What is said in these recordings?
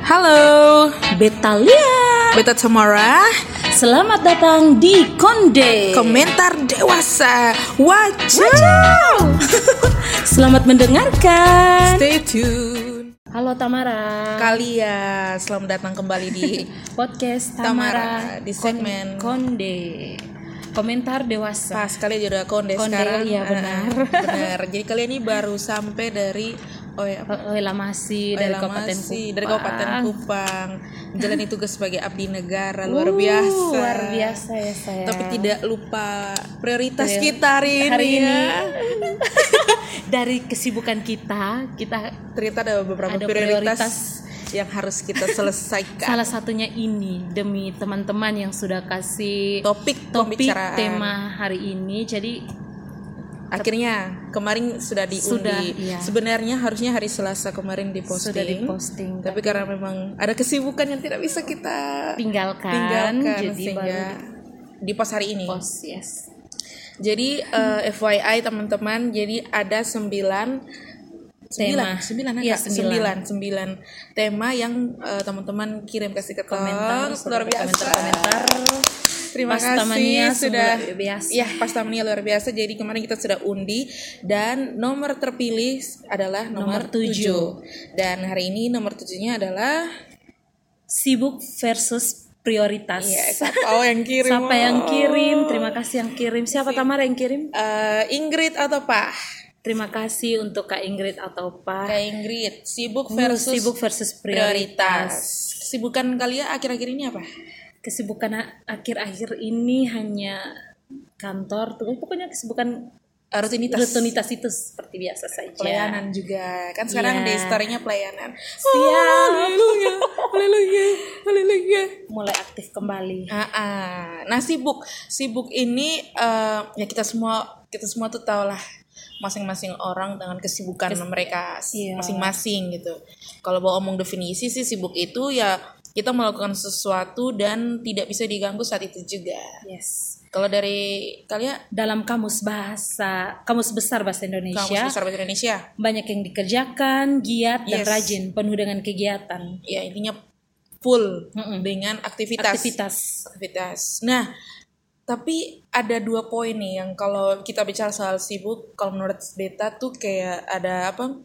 Halo, Betalia. Beta Tamara. Selamat datang di Konde. Komentar dewasa. Wajah. Selamat mendengarkan. Stay tune. Halo Tamara. Kalian, selamat datang kembali di podcast Tamara di segmen Konde. Komentar dewasa. Pas kali udah konde sekarang. Iya benar. Benar. Jadi kalian ini baru sampai dari Lamasi dari Kabupaten Kupang. Dari Kabupaten Kupang. Menjalani tugas sebagai abdi negara luar biasa. Luar biasa ya saya. Tapi tidak lupa prioritas kita hari ini. Ya. Dari kesibukan kita ternyata ada beberapa prioritas yang harus kita selesaikan. Salah satunya ini demi teman-teman yang sudah kasih topik tema hari ini. Jadi akhirnya kemarin sudah diundi. Iya. Sebenarnya harusnya hari Selasa kemarin diposting. Sudah diposting. Tapi karena memang ada kesibukan yang tidak bisa kita tinggalkan jadi sehingga di post hari ini. Yes. Jadi FYI teman-teman, jadi ada 9 tema yang teman-teman kirim kasih ke komentar. Luar biasa. Komentar. Terima kasih sudah biasa. Ya, Pastamania luar biasa. Jadi kemarin kita sudah undi dan nomor terpilih adalah nomor 7. Dan hari ini nomor 7-nya adalah sibuk versus prioritas. Iya, siapa yang kirim? Siapa yang kirim? Terima kasih yang kirim. Siapa Tamara yang kirim? Ingrid atau Pak? Terima kasih untuk Kak Ingrid atau Pak. Kak Ingrid, sibuk versus prioritas. Kesibukan kalian akhir-akhir ini apa? Kesibukan akhir-akhir ini hanya kantor, pokoknya kesibukan rutinitas itu seperti biasa saja. Pelayanan juga, kan sekarang day story-nya pelayanan. Siap. Haleluya. Mulai aktif kembali. Nah sibuk ini ya kita semua tuh tahu lah masing-masing orang dengan kesibukan mereka masing-masing gitu. Kalau mau ngomong definisi sih sibuk itu ya kita melakukan sesuatu dan tidak bisa diganggu saat itu juga. Yes. Kalau dari kalian dalam kamus besar bahasa Indonesia. Banyak yang dikerjakan, giat dan rajin, penuh dengan kegiatan. Ya, intinya full dengan aktivitas. Nah, tapi ada 2 poin nih yang kalau kita bicara soal sibuk, kalau menurut Beta tuh kayak ada apa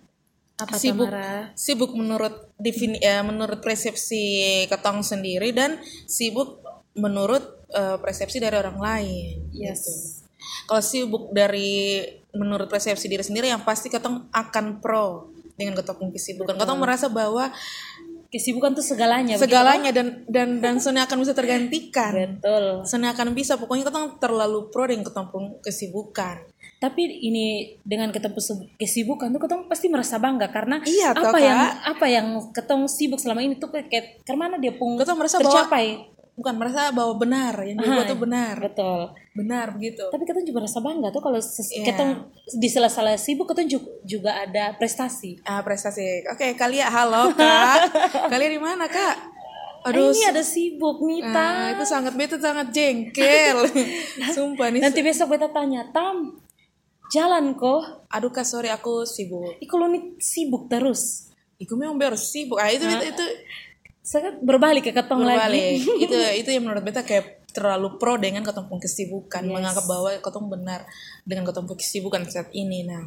sibuk menurut menurut persepsi ketong sendiri dan sibuk menurut persepsi dari orang lain. Yes. Gitu. Kalau sibuk menurut persepsi diri sendiri yang pasti ketong akan pro dengan ketong kesibukan. Ketong merasa bahwa kesibukan tuh segalanya dan seni akan bisa tergantikan. Betul. Seni akan bisa, pokoknya ketong terlalu pro dengan ketong kesibukan. Tapi ini dengan ketemu kesibukan tuh ketemu pasti merasa bangga karena apa yang ketemu sibuk selama ini tuh kayak karena dia pun tercapai. Bukan merasa bahwa benar yang dibuat tuh benar. Betul. Benar begitu. Tapi kita juga merasa bangga tuh kalau kita di sela-sela sibuk kita juga ada prestasi. Prestasi. Oke, kalian halo Kak. Kalian di mana Kak? Aduh, ini ada sibuk Nita. Itu Beta sangat jengkel. Sumpah nih. Nanti besok Beta tanya, Tam, jalan kok. Aduh Kak, sorry aku sibuk. Kalau nih sibuk terus. Iku memang harus sibuk. Itu sangat berbalik ke ketong lagi. itu yang menurut Beta kayak terlalu pro dengan ketong kesibukan, menganggap bahwa ketong benar dengan ketong kesibukan saat ini. Nah,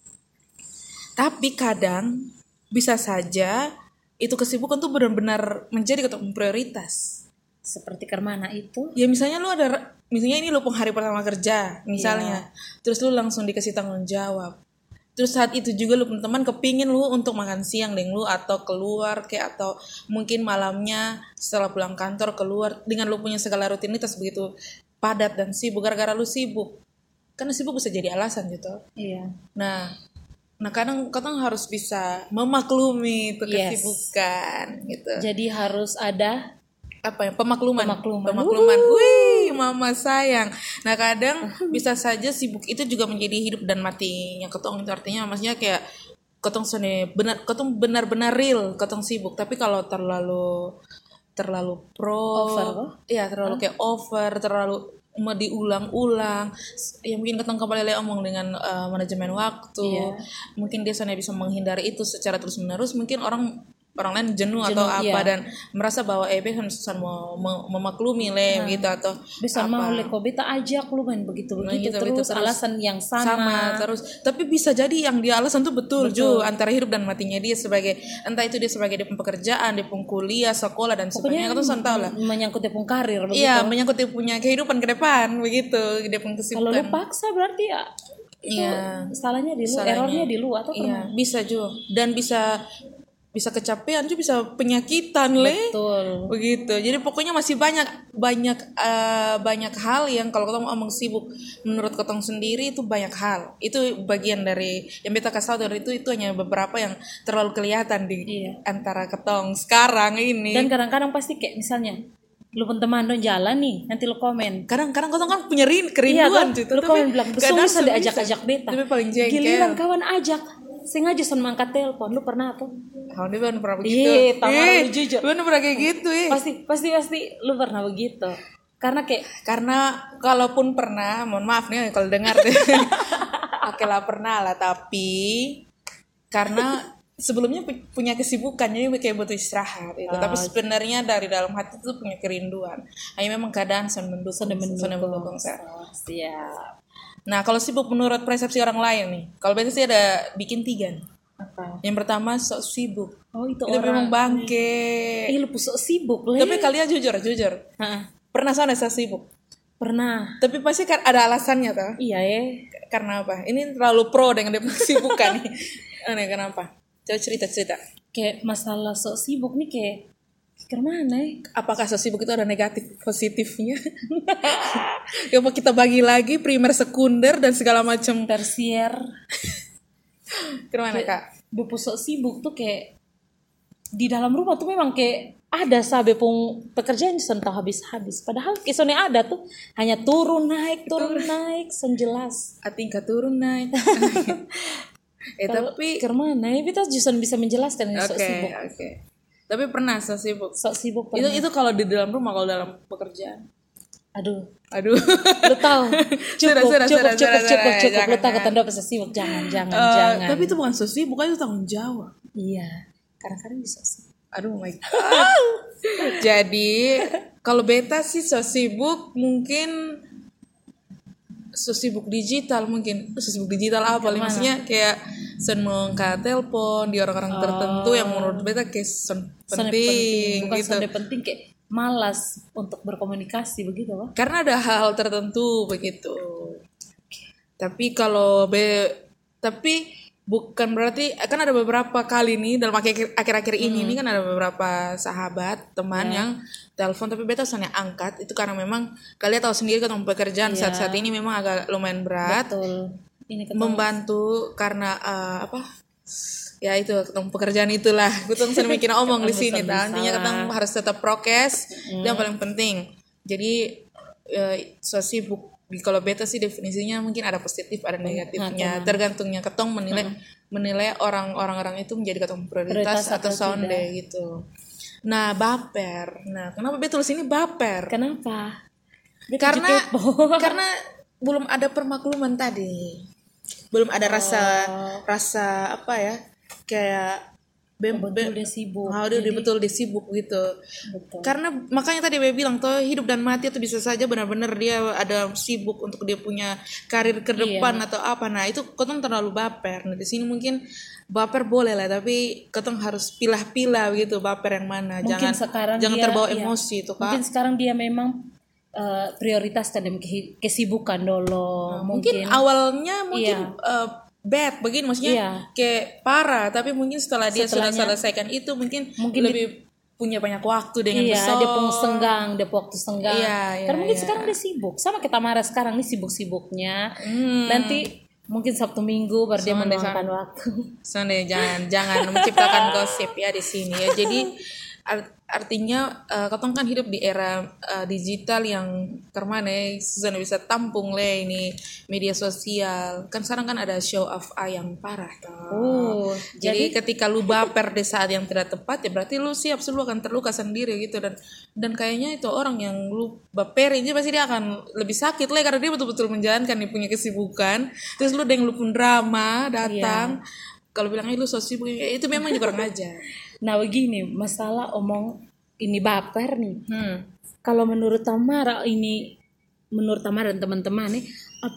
tapi kadang bisa saja itu kesibukan tuh benar-benar menjadi ketong prioritas. Seperti kemana itu? Ya misalnya ini lu hari pertama kerja misalnya, terus lu langsung dikasih tanggung jawab. Terus saat itu juga lu teman kepingin lu untuk makan siang dengan lu atau keluar atau mungkin malamnya setelah pulang kantor keluar dengan lu punya segala rutinitas begitu padat dan sibuk gara-gara lu sibuk. Karena sibuk bisa jadi alasan gitu. Iya. Nah kadang harus bisa memaklumi itu kesibukan gitu. Jadi harus ada pemakluman. Wih, mama sayang. Nah kadang bisa saja sibuk itu juga menjadi hidup dan matinya ketong. Itu artinya maksudnya kayak ketong benar-benar real ketong sibuk. Tapi kalau terlalu pro, terlalu kayak over, terlalu mau diulang-ulang ya mungkin ketong kembali lagi omong dengan manajemen waktu mungkin dia sana bisa menghindari itu secara terus-menerus mungkin orang orang lain jenuh atau apa dan merasa bahwa beta harus mau memaklumi gitu atau bisa mau beta ajak lu main begitu terus alasan yang sama terus, tapi bisa jadi yang dia alasan tuh betul. Antara hidup dan matinya dia sebagai, entah itu dia sebagai dia pun pekerjaan, dia pun kuliah, sekolah dan sebagainya, itu tahu lah, menyangkut dia pun karir begitu. Iya, menyangkut dia punya kehidupan ke depan begitu, dia pun kesibukan. Kalau lu paksa berarti salahnya di lu, errornya di lu atau bisa juga, dan bisa kecapean juga, bisa penyakitan betul begitu. Jadi pokoknya masih banyak hal yang kalau ketemu omong sibuk menurut ketong sendiri itu banyak hal. Itu bagian dari yang beta kasih tahu dari itu hanya beberapa yang terlalu kelihatan di antara ketong sekarang ini. Dan kadang-kadang pasti kayak misalnya lu pun teman dong jalan nih, nanti lu komen. Kadang-kadang ketong kan punya kerinduan gitu. Lu komen bilang bisa diajak-ajak beta. Tapi paling jengkel. Giliran kawan ajak sengaja son mangkat telepon. Lu pernah tuh? Dia pernah begitu. Iya, jujur. Lu pernah kayak gitu Pasti lu pernah begitu. Karena kalaupun pernah, mohon maaf nih kalau dengar deh. Oke lah, pernah lah, tapi karena sebelumnya punya kesibukan, jadi kayak butuh istirahat gitu. Tapi sebenarnya dari dalam hati tuh punya kerinduan. Hanya memang keadaan mendukung saya. Siap. Nah, kalau sibuk menurut persepsi orang lain nih, kalau beta sih ada bikin 3 nih. Apa? Yang pertama sok sibuk. Itu orang memang bangke. Lu sok sibuk Tapi kalian jujur. Pernah sana sok sibuk? Pernah. Tapi pasti kan ada alasannya toh. Iya Karena apa? Ini terlalu pro dengan dia kesibukan nih. Kenapa? Coba cerita. Kayak masalah sok sibuk nih kayak kemana Apakah sok sibuk itu ada negatif positifnya? Ya apa kita bagi lagi primer, sekunder dan segala macam tersier. Kemana Kak? Bepo sok sibuk tuh kayak di dalam rumah tuh memang kayak ada sabe pun pekerjaan sentuh habis-habis. Padahal kisahnya ada tuh hanya turun naik sen jelas. Tingkat turun naik. Tapi kemana kita justru bisa menjelaskan sok sibuk. Oke. Tapi pernah sok sibuk pernah. Itu kalau di dalam rumah, kalau dalam pekerjaan. Aduh. Lu tahu. Cukup. Lu tahu kata ndak bisa sibuk, jangan. Tapi itu bukan sok sibuk, itu tanggung jawab. Iya. Kadang-kadang bisa sibuk. Aduh my God. Jadi kalau beta sih sok sibuk mungkin sok sibuk digital mungkin. Sok sibuk digital apa? Maksudnya kayak mengangkat telepon di orang-orang tertentu yang menurut beta kayak penting. Bukan gitu. penting kayak malas untuk berkomunikasi begitu loh. Karena ada hal tertentu begitu. Tapi bukan berarti kan ada beberapa kali nih dalam akhir-akhir ini kan ada beberapa sahabat teman yang telepon tapi beta soalnya angkat itu karena memang kalian tahu sendiri kan pekerjaan saat ini memang agak lumayan berat. Betul. Ini membantu karena ya itu pekerjaan itulah gue tuh sering bikin omong di sini intinya kita harus tetap prokes itu yang paling penting. Jadi so sibuk kalau beta sih definisinya mungkin ada positif ada negatifnya tergantungnya ketong menilai orang-orang itu menjadi ketong prioritas atau sonde gitu. Nah baper, kenapa beta tulis ini baper? Kenapa? Karena belum ada permakluman tadi, belum ada rasa apa ya kayak betul dia sibuk. Betul dia sibuk gitu. Betul. Karena makanya tadi dia bilang tuh hidup dan mati itu bisa saja benar-benar dia ada sibuk untuk dia punya karir ke depan atau apa. Nah itu ketong terlalu baper. Nah di sini mungkin baper boleh lah, tapi ketong harus pilah-pilah gitu baper yang mana. Mungkin jangan terbawa emosi itu Kak. Mungkin sekarang dia memang prioritaskan kesibukan dulu. Mungkin awalnya bad begini maksudnya kayak parah, tapi mungkin setelah dia sudah selesaikan itu mungkin lebih punya banyak waktu dengan besok. Dia waktu senggang. Karena mungkin sekarang dia sibuk. Sama kita marah sekarang nih sibuk-sibuknya. Nanti mungkin Sabtu Minggu baru dia meluangkan waktu. Sonde jangan menciptakan gosip ya di sini ya. Jadi artinya ketong kan hidup di era digital yang termana sudah bisa tampung ini media sosial kan sekarang kan ada show off yang parah toh. Jadi ketika lu baper di saat yang tidak tepat ya berarti lu siap lu akan terluka sendiri gitu dan kayaknya itu orang yang lu baperin jadi pasti dia akan lebih sakit karena dia betul-betul menjalankan nih punya kesibukan terus lu pun drama datang kalau bilangnya lu so sibuk itu memang kurang aja. Nah begini, masalah omong ini baper nih. Kalau menurut Tamara dan teman-teman nih,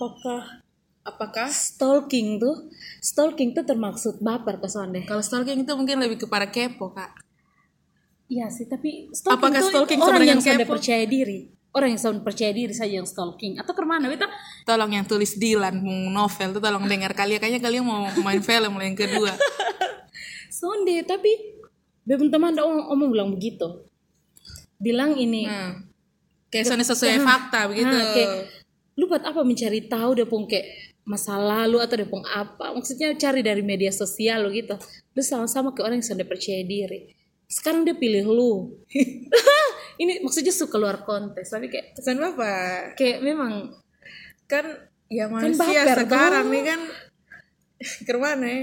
Apakah stalking tuh termaksud baper ke Sonde? kalau stalking itu mungkin lebih kepada kepo, Kak? Iya sih, tapi Apakah stalking sama orang dengan yang sudah kepo? percaya diri. Orang yang sudah percaya diri saja yang stalking. Atau kemana? Kita Tolong yang tulis Dilan novel tuh tolong dengar kayaknya kalian mau main film yang kedua. Sonde, tapi teman-teman ada omong bilang begitu. Bilang ini. Kayak soalnya sesuai fakta begitu. Kayak, lu buat apa mencari tahu dia pun kayak masa lalu atau dia pun apa? Maksudnya cari dari media sosial lo gitu. Lu sama-sama kayak orang yang sudah percaya diri. Sekarang dia pilih lu. Ini maksudnya suka keluar konteks, tapi kayak Pesan Bapak. kayak memang Kan ya manusia baper sekarang dong. nih kan kemana ya?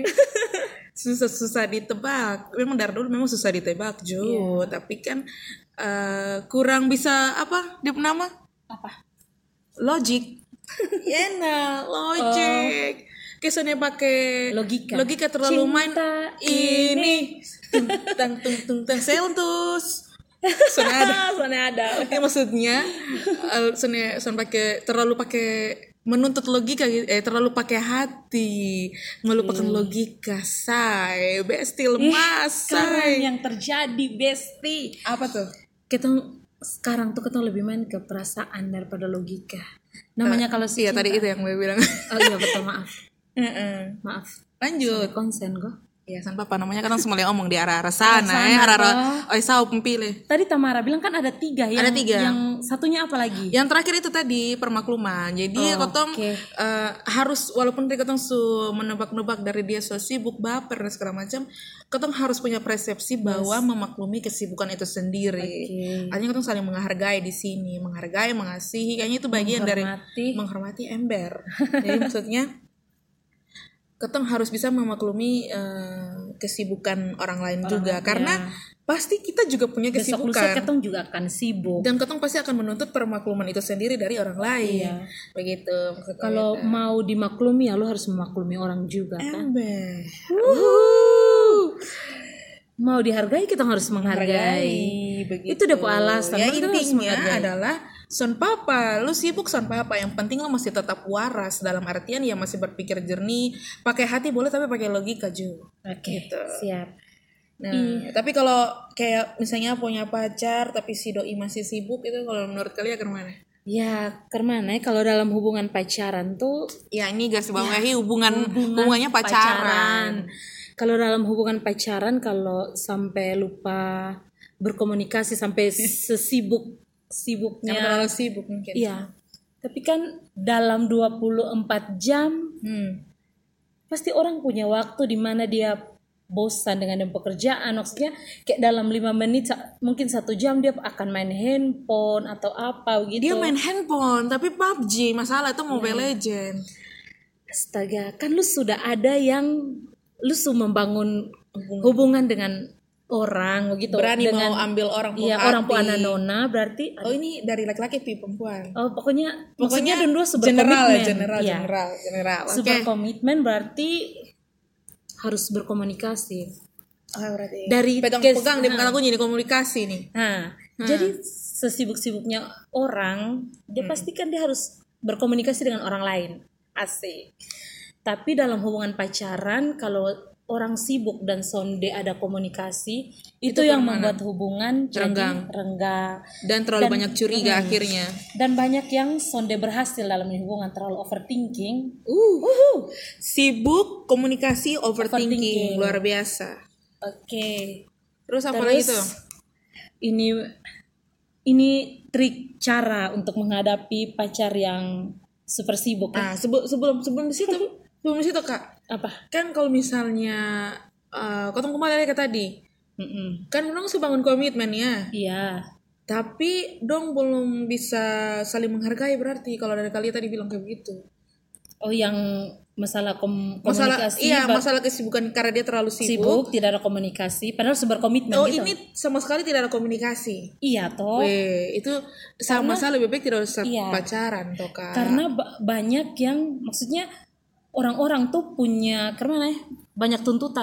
Susah ditebak. Memang dari dulu memang susah ditebak Jo. Tapi kan kurang bisa apa dia nama? apa? Logik. Enak, logik. Kesannya pakai logika terlalu main. Cinta Ini tung seltus. Soalnya ada. Ya maksudnya terlalu pakai menuntut logika terlalu pakai hati melupakan logika say besti lemas say. Yang terjadi besti. Apa tuh? Sekarang tuh kita lebih main ke perasaan daripada logika. Namanya kalau iya tadi itu yang gue bilang. Oh iya betul, maaf. Maaf. Lanjut. Sampai konsen kok. Ya san papa namanya kan semua ngomong di arah-arah sana arah-arah sau pempilih. Tadi Tamara bilang kan ada 3 Ada 3. Yang satunya apa lagi? Yang terakhir itu tadi permakluman. Jadi kotong harus walaupun dia kotong menebak-nebak dari dia so sibuk baper dan segala macam, kotong harus punya persepsi bahwa memaklumi kesibukan itu sendiri. Artinya kotong saling menghargai di sini, menghargai, mengasihi. Kayaknya itu bagian dari menghormati ember. Jadi maksudnya kotong harus bisa memaklumi kesibukan orang lain juga karena pasti kita juga punya kesibukan. Besok lusa ketong juga akan sibuk. Dan ketong pasti akan menuntut permakluman itu sendiri dari orang lain. Begitu. Kalau mau dimaklumi ya lo harus memaklumi orang juga kan. Ember. Mau dihargai kita harus menghargai. Begitu. Itu udah alasan. Ya intinya adalah son papa, lu sibuk son papa. Yang penting lu masih tetap waras dalam artian ya masih berpikir jernih. Pakai hati boleh tapi pakai logika juga. Oke, gitu. Siap. Nah, tapi kalau kayak misalnya punya pacar tapi si doi masih sibuk itu kalau menurut kalian kemana? Ya, kemana ya kalau dalam hubungan pacaran tuh? Ya ini garis bawahi hubungannya pacaran. Kalau dalam hubungan pacaran kalau sampai lupa berkomunikasi sampai sibuknya terlalu sibuk mungkin. Iya. Tapi kan dalam 24 jam pasti orang punya waktu di mana dia bosan dengan pekerjaan. Maksudnya kayak dalam 5 menit mungkin 1 jam dia akan main handphone atau apa gitu. Dia main handphone tapi PUBG masalah itu Mobile Legend. Astaga, kan lu sudah ada yang lu sudah membangun hubungan dengan orang begitu, berani dengan, mau ambil orang iya, orang pu anak nona berarti ini dari laki-laki perempuan. Pokoknya maksudnya dua general. Super komitmen berarti harus berkomunikasi. Berarti dari pegang di aku jadi komunikasi nih. Jadi sesibuk-sibuknya orang dia pasti kan dia harus berkomunikasi dengan orang lain. Asik. Tapi dalam hubungan pacaran kalau orang sibuk dan sonde ada komunikasi itu yang membuat hubungan renggang dan terlalu banyak curiga akhirnya. Dan banyak yang sonde berhasil dalam hubungan terlalu overthinking. Sibuk komunikasi overthinking luar biasa. Oke. Terus apa lagi tuh? Ini trik cara untuk menghadapi pacar yang super sibuk. Sebelum di situ Kak. Apa? Kan kalau misalnya kotong kembali ke tadi, kan dong sudah bangun komitmen ya. Iya. Tapi dong belum bisa saling menghargai berarti kalau dari kalian tadi bilang kayak begitu. Oh yang masalah komunikasi. Masalah kesibukan karena dia terlalu sibuk. Tidak ada komunikasi. Padahal berkomitmen. Oh gitu. Ini sama sekali tidak ada komunikasi. Iya toh. Itu sama sekali lebih baik tidak usah pacaran toh Kak. Karena banyak yang maksudnya orang-orang tuh punya banyak tuntutan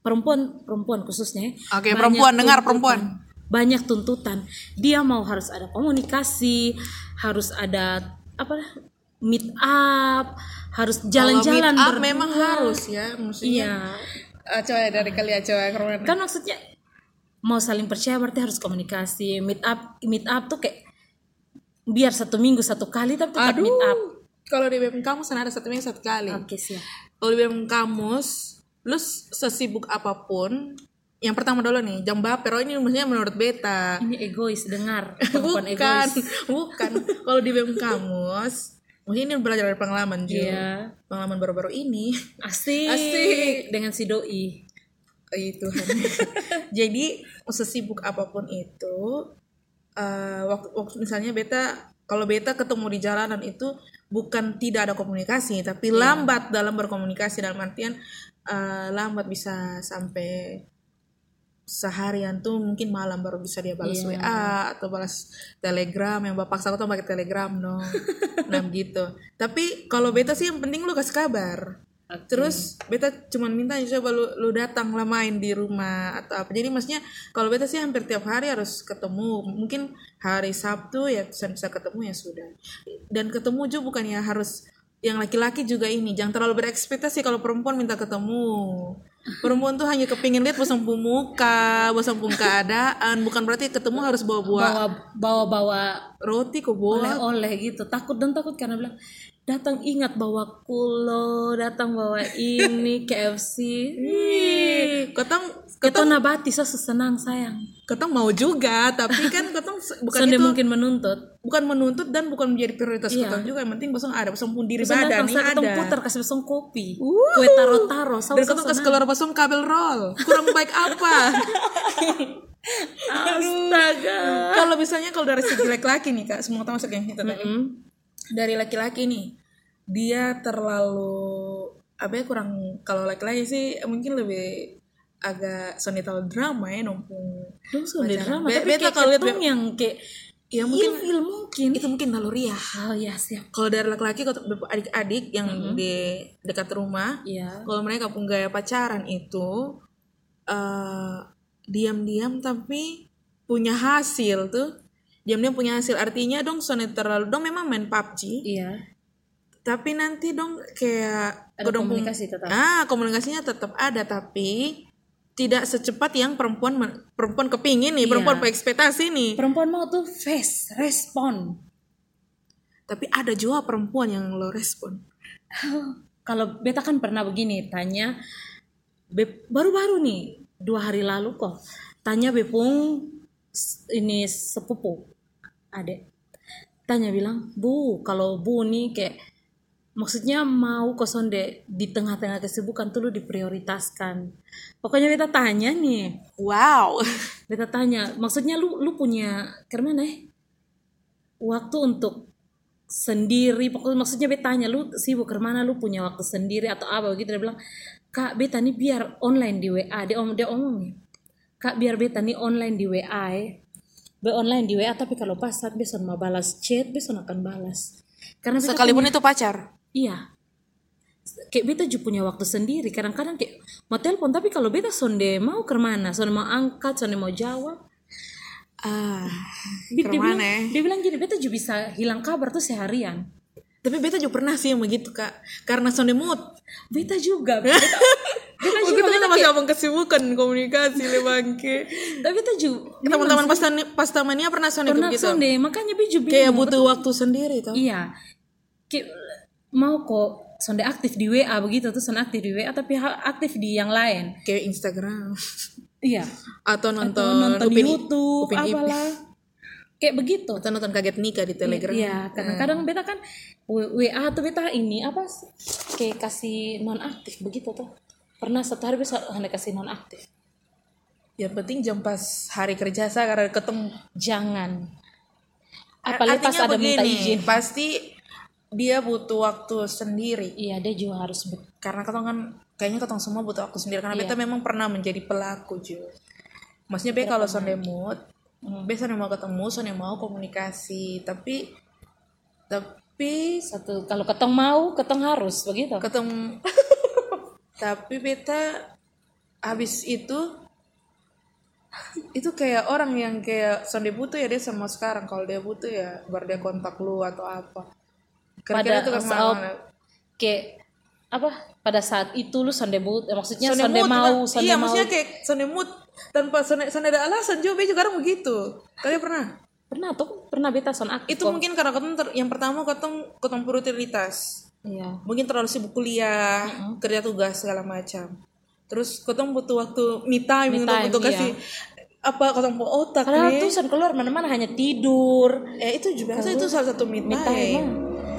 perempuan khususnya. Oke, Banyak perempuan, dengar tuntutan. perempuan. Banyak tuntutan. Dia mau harus ada komunikasi, harus ada meet up, harus jalan-jalan Kalau meet up berdua. memang harus ya, maksudnya. Iya. Coba dari kali coba kemana? Kan maksudnya mau saling percaya berarti harus komunikasi. Meet up tuh kayak biar 1 minggu 1 kali tapi tetap meet up. Kalau di BEM kamus ada 1 minggu 1 kali. Oke, siap. Kalau di BEM kamus, lu sesibuk apapun, yang pertama dulu nih, jangan baper. Oh, ini maksudnya menurut beta. Ini egois, dengar. Perempuan Bukan, egois. bukan. Kalau di BEM kamus, mungkin ini belajar dari pengalaman juga. Iya. Pengalaman baru-baru ini. Asik. Dengan si doi. Tuhan. Jadi sesibuk apapun itu, waktu misalnya kalau beta ketemu di jalanan itu bukan tidak ada komunikasi, tapi lambat dalam berkomunikasi, dalam artian lambat bisa sampai seharian tuh mungkin malam baru bisa dia balas WA atau balas Telegram. Yang bapak paksa aku tuh pakai Telegram dong. Nah gitu. Tapi kalau beta sih yang penting lu kasih kabar. Terus beta cuman minta coba lu datang lah main di rumah atau apa. Jadi maksudnya kalau beta sih hampir tiap hari harus ketemu. Mungkin hari Sabtu ya bisa ketemu ya sudah. Dan ketemu juga bukan ya harus yang laki-laki juga ini. Jangan terlalu berekspektasi kalau perempuan minta ketemu. Perempuan tuh hanya kepingin lihat bosampung muka, bosampung keadaan. Bukan berarti ketemu harus Bawa roti kok bawa. oleh-oleh gitu. Takut karena bilang datang ingat bawa kulo, datang bawa ini KFC. Ketong nabati senang sayang. Ketong mau juga, tapi kan ketong bukan Sonde itu mungkin menuntut. bukan menuntut dan bukan menjadi prioritas ketong juga. Yang penting bosong ada, bosong pun diri badan nih ada. Ketong putar kasih besong kopi. Kue taro-taro. Dan ketong kasih keluar bosong kabel roll. Kurang baik apa? Astaga. Kalau misalnya kalau dari segi laki-laki nih Kak, semua tahu yang kita tadi. Dari laki-laki nih, dia terlalu kurang. Kalau laki-laki sih mungkin lebih agak sonital drama ya numpung. Drama tapi kayak kalau lihat yang kayak ya mungkin mungkin itu mungkin naluri ya. Oh ya siap. Kalau dari laki-laki adik-adik yang di dekat rumah, kalau mereka pun gaya pacaran itu diam-diam tapi punya hasil tuh. Diam-diam punya hasil artinya dong sonet terlalu dong memang main PUBG. Iya. Tapi nanti dong kayak ada komunikasi tetap. Komunikasinya tetap ada tapi tidak secepat yang perempuan kepingin nih, perempuan berekspektasi nih. Perempuan mau tuh fast respon. Tapi ada juga perempuan yang low respon. Kalau beta kan pernah begini tanya baru-baru nih 2 hari lalu kok tanya bepung ini sepupu adek tanya bilang Bu kalau Bu nih kayak maksudnya mau kosonde di tengah-tengah kesibukan tuh lu diprioritaskan. Pokoknya beta tanya nih. Wow. Beta tanya, maksudnya lu punya kemana waktu untuk sendiri. Pokoknya maksudnya beta tanya lu sibuk kemana, lu punya waktu sendiri atau apa begitu. Dia bilang, Kak beta nih biar online di WA. Dia omong nih, Kak biar beta nih online di WA online di WA tapi kalau pas saat besok mau balas chat besok akan balas. Karena sekalipun itu pacar. Iya. Kayak beta juga punya waktu sendiri. Kadang-kadang kayak mau telepon tapi kalau beta sonde mau kemana, sonde mau angkat, sonde mau jawab. Dia bilang gini, beta juga bisa hilang kabar tuh seharian. Tapi beta juga pernah sih yang begitu Kak. Karena sonde mood. Beta juga. Beta masih abang kesibukan komunikasi le bangke. Tapi beta juga. Teman-teman pas tamannya pernah sonde begitu. Pernah sonde, makanya beta juga kayak butuh waktu sendiri tuh. Iya. Kayak mau kok sonde aktif di WA begitu tuh sonde aktif di WA tapi aktif di yang lain. Kayak Instagram. Iya. Atau nonton YouTube apalah. Kayak begitu. Atau nonton Kaget Nikah di Telegram. Iya, kadang-kadang beta kan WA atau beta ini apa kayak kasih non aktif begitu tuh. Pernah 1 hari bisa hanya kasih non aktif. Yang penting jam pas hari kerja saya karena ketemu. Jangan. Apalagi pas ada minta izin. Pasti dia butuh waktu sendiri. Iya, dia juga harus karena kayaknya ketong semua butuh waktu sendiri karena beta memang pernah menjadi pelaku juga. Maksudnya beta kalau sonde mood, beta mau ketemu, sonde mau komunikasi, tapi kalau ketong mau, ketong harus begitu. Tapi beta habis itu kayak orang yang kayak sonde butuh ya dia sama sekarang, kalau dia butuh ya baru dia kontak lu atau apa. Kira-kira itu kemana? Kayak apa pada saat itu lu sonde but maksudnya Sonde sonde mood, mau kan? Iya, maksudnya kayak sonde mood tanpa sonde ada alasan juga kadang begitu. Kalian pernah beta son aktif itu mungkin karena yang pertama ketemu prioritas. iya Mungkin terlalu sibuk kuliah, kerja tugas segala macam. Terus ketemu butuh waktu me time untuk iya. kasih apa ketemu otak padahal nih. tuh son keluar mana-mana hanya tidur Itu juga itu salah satu me time. time.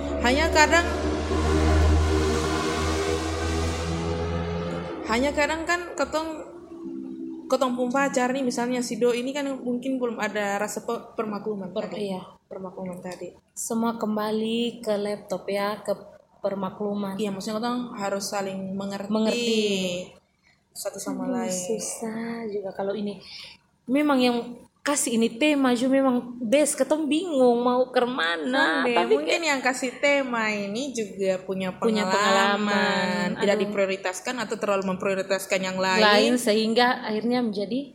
Hanya kadang kan ketong pun pacar nih misalnya si Do ini kan mungkin belum ada rasa permakluman permakluman tadi. Semua kembali ke laptop ya, ke permakluman. Iya, maksudnya ketong harus saling mengerti satu sama lain. Susah juga kalau ini. Memang yang kasih ini tema juga memang best, ketong bingung mau ke mana. Tapi mungkin yang kasih tema ini juga punya pengalaman. Tidak diprioritaskan atau terlalu memprioritaskan yang lain sehingga akhirnya menjadi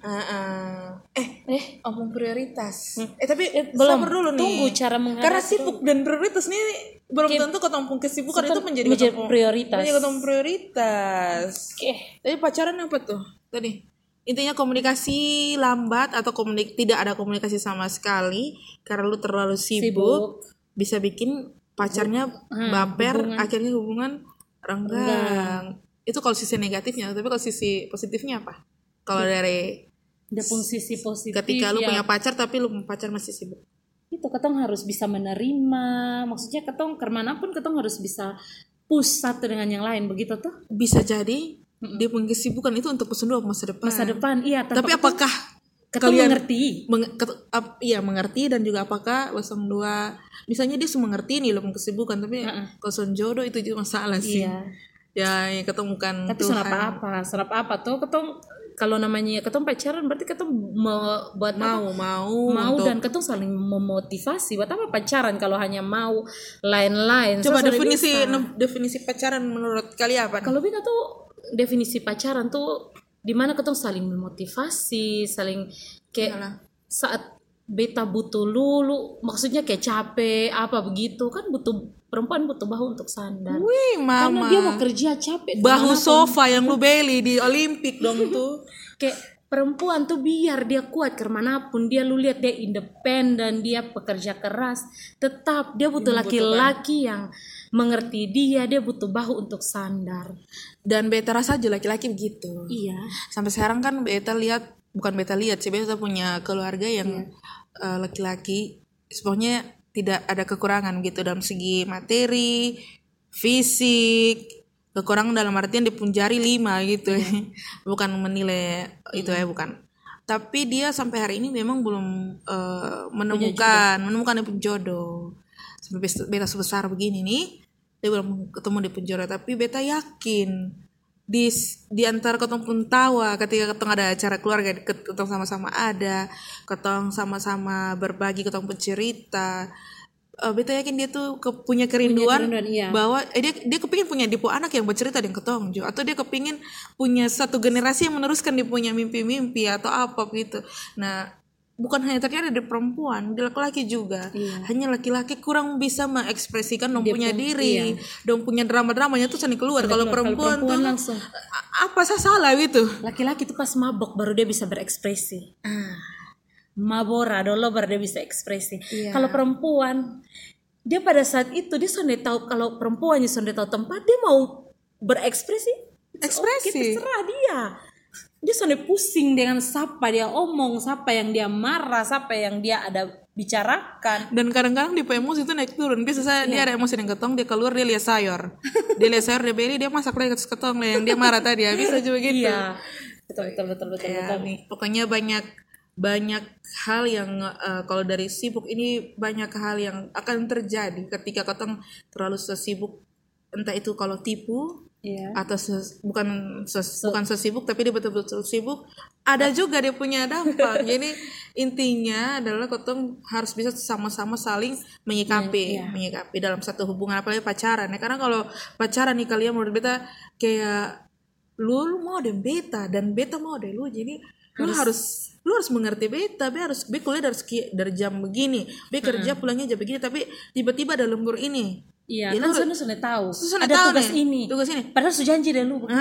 omong prioritas. Tapi belum sabar dulu nih. Tunggu cara menghadapi. Karena sibuk dan prioritas nih belum tentu ketemu kesibukan itu menjadi prioritas. Menjadi ketemu prioritas. Tapi pacaran apa tuh tadi? Intinya komunikasi lambat atau tidak ada komunikasi sama sekali karena lu terlalu sibuk. Bisa bikin pacarnya baper, akhirnya hubungan renggang. Itu kalau sisi negatifnya, tapi kalau sisi positifnya apa? Kalau dari sisi positif ketika lu punya pacar tapi lu pacar masih sibuk, itu ketong harus bisa menerima, maksudnya ketong kemanapun ketong harus bisa push satu dengan yang lain, begitu tuh. Bisa jadi dia punya kesibukan itu untuk masa depan. Iya, tapi apakah kalian mengerti? Mengerti, dan juga apakah 02 misalnya dia semua mengerti nih lo kesibukan, tapi kalau jodoh itu juga masalah sih. Ya yang ketemukan tapi serap apa tuh ketong kalau namanya ketong pacaran berarti ketong mau dan ketong saling memotivasi. Buat apa pacaran kalau hanya mau lain-lain? Coba definisi pacaran menurut kalian apa? Kalau beta tuh definisi pacaran tuh dimana ketong saling memotivasi, saling kayak saat beta butuh lulu, maksudnya kayak capek apa begitu kan perempuan butuh bahu untuk sandar. Wih, mama. Karena dia mau kerja capek. Bahu sofa yang lu beli di Olimpik dong tuh. Kayak perempuan tuh biar dia kuat kemanapun dia, lu lihat dia independen, dia pekerja keras, tetap dia butuh laki-laki yang mengerti dia butuh bahu untuk sandar. Dan beta rasa aja laki-laki begitu. Iya. Sampai sekarang kan beta lihat sih, beta punya keluarga yang laki-laki sebenarnya tidak ada kekurangan gitu dalam segi materi, fisik. Kekurangan dalam artian dia pun jari 5 gitu. Bukan menilai itu bukan. Tapi dia sampai hari ini memang belum menemukan dia pun jodoh. Sampai beta sebesar begini nih, dia belum ketemu dia pun jodoh. Tapi beta yakin di antara ketong pun tawa ketika ketong ada acara keluarga, ketong sama-sama ada, ketong sama-sama berbagi, ketong pun cerita. Beta yakin dia tuh punya kerinduan bahwa dia kepingin punya dipo anak yang bercerita dengan ketong jo, atau dia kepingin punya satu generasi yang meneruskan dia punya mimpi-mimpi atau apa gitu. Nah, bukan hanya terjadi di perempuan, di laki-laki juga. Hanya laki-laki kurang bisa mengekspresikan dong punya diri, dong punya drama-dramanya tuh sani keluar. Kalau perempuan tuh langsung apa salah gitu. Laki-laki tuh pas mabok baru dia bisa berekspresi. Mabora dulu baru dia bisa ekspresi. Kalau perempuan dia pada saat itu dia sudah tahu, kalau perempuannya sudah tahu tempat dia mau berekspresi, terserah dia sudah pusing dengan siapa dia omong, siapa yang dia marah, siapa yang dia ada bicarakan. Dan kadang-kadang dia emosi itu naik turun. Biasa dia ada emosi dengan ketong, dia keluar dia lihat sayur dia beli, dia masak lagi ke ketong yang dia marah tadi ya, bisa juga gitu. Betul. Pokoknya banyak hal yang kalau dari sibuk ini banyak hal yang akan terjadi ketika ketong terlalu sibuk, entah itu kalau tipu atau bukan sesibuk tapi dia betul-betul sibuk, ada juga dia punya dampak. Jadi intinya adalah ketong harus bisa sama-sama saling menyikapi dalam satu hubungan, apalagi pacaran ya. Karena kalau pacaran nih kalian menurut beta kayak lu mau ada beta dan beta mau ada lu, jadi lu harus mengerti beta. Be kuliah dari jam begini, be kerja pulangnya jam begini, tapi tiba-tiba ada lembur ini. Iya, kan sudah tahu. Sudah Ada tahu tugas nih, ini. tugas ini. Padahal sudah janji deh lu.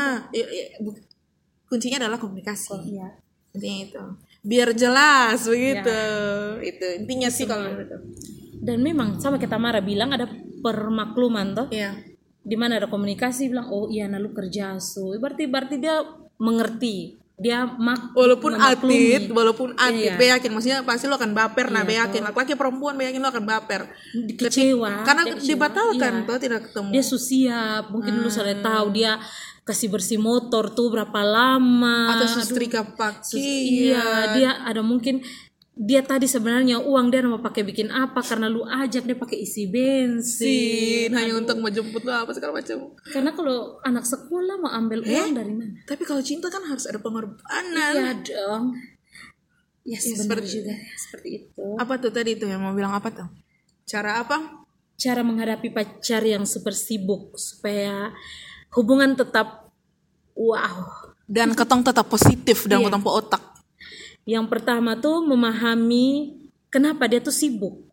Kuncinya adalah komunikasi. Iya. Intinya itu. Biar jelas begitu. Itu intinya sih kalau itu. Dan memang sama kita Tamara bilang ada permakluman toh. Iya. Di mana ada komunikasi bilang oh iya nah lu kerja so. Berarti dia mengerti. Dia walaupun memaklumi. Be yakin maksudnya pasti lo akan baper. Be yakin laki-laki perempuan be yakin lo akan baper. Kecewa. Karena dibatalkan toh tidak ketemu. Dia siap, mungkin lu sudah tahu dia kasih bersih motor tuh berapa lama atau setrika pakaian. Iya, dia ada mungkin dia tadi sebenarnya uang dia mau pakai bikin apa karena lu ajak dia pakai isi bensin hanya untuk menjemput lo apa segala macam. Karena kalau anak sekolah mau ambil uang dari mana? Tapi kalau cinta kan harus ada pengorbanan. Iya dong. Ya sebenarnya juga seperti itu. Apa tuh tadi tuh yang mau bilang apa tuh? Cara apa? Cara menghadapi pacar yang super sibuk supaya hubungan tetap wow dan ketong tetap positif dan ketong otak. Yang pertama tuh memahami kenapa dia tuh sibuk.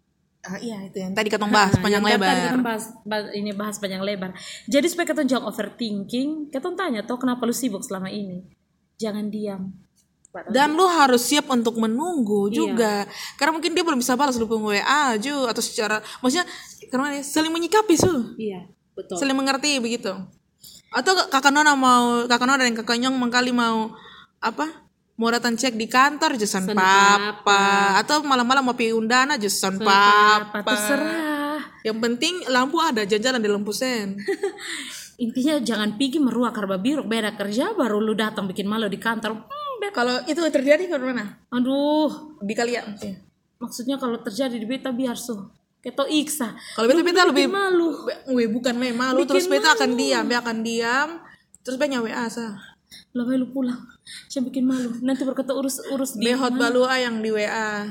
Iya itu yang tadi ketong bahas panjang lebar. Tadi ketong bahas panjang lebar. Jadi supaya ketong jangan overthinking, ketong tanya toh kenapa lu sibuk selama ini. Jangan diam. Dan lu harus siap untuk menunggu juga. Karena mungkin dia belum bisa balas lu pun WA aja atau secara maksudnya karena saling menyikapi Iya, betul. Saling mengerti begitu. Atau kakak Nona dan kakak Nyong mengkali mau apa? Mau datang cek di kantor jusan papa atau malam-malam mau pergi undana jusan papa. Terserah. Yang penting lampu ada, jalan di lampu sen. Intinya jangan pergi meruak karba biru beda kerja baru lu datang bikin malu di kantor. Kalau itu terjadi ke mana? Aduh, di kalian. Maksudnya kalau terjadi di beta biar keto iksa. Kalau beta lebih malu. Bukan malu, terus beta akan diam, terus banyak WA sah. Lebih lu pulang, jangan bikin malu. Nanti berkata urus di behot balua yang di WA.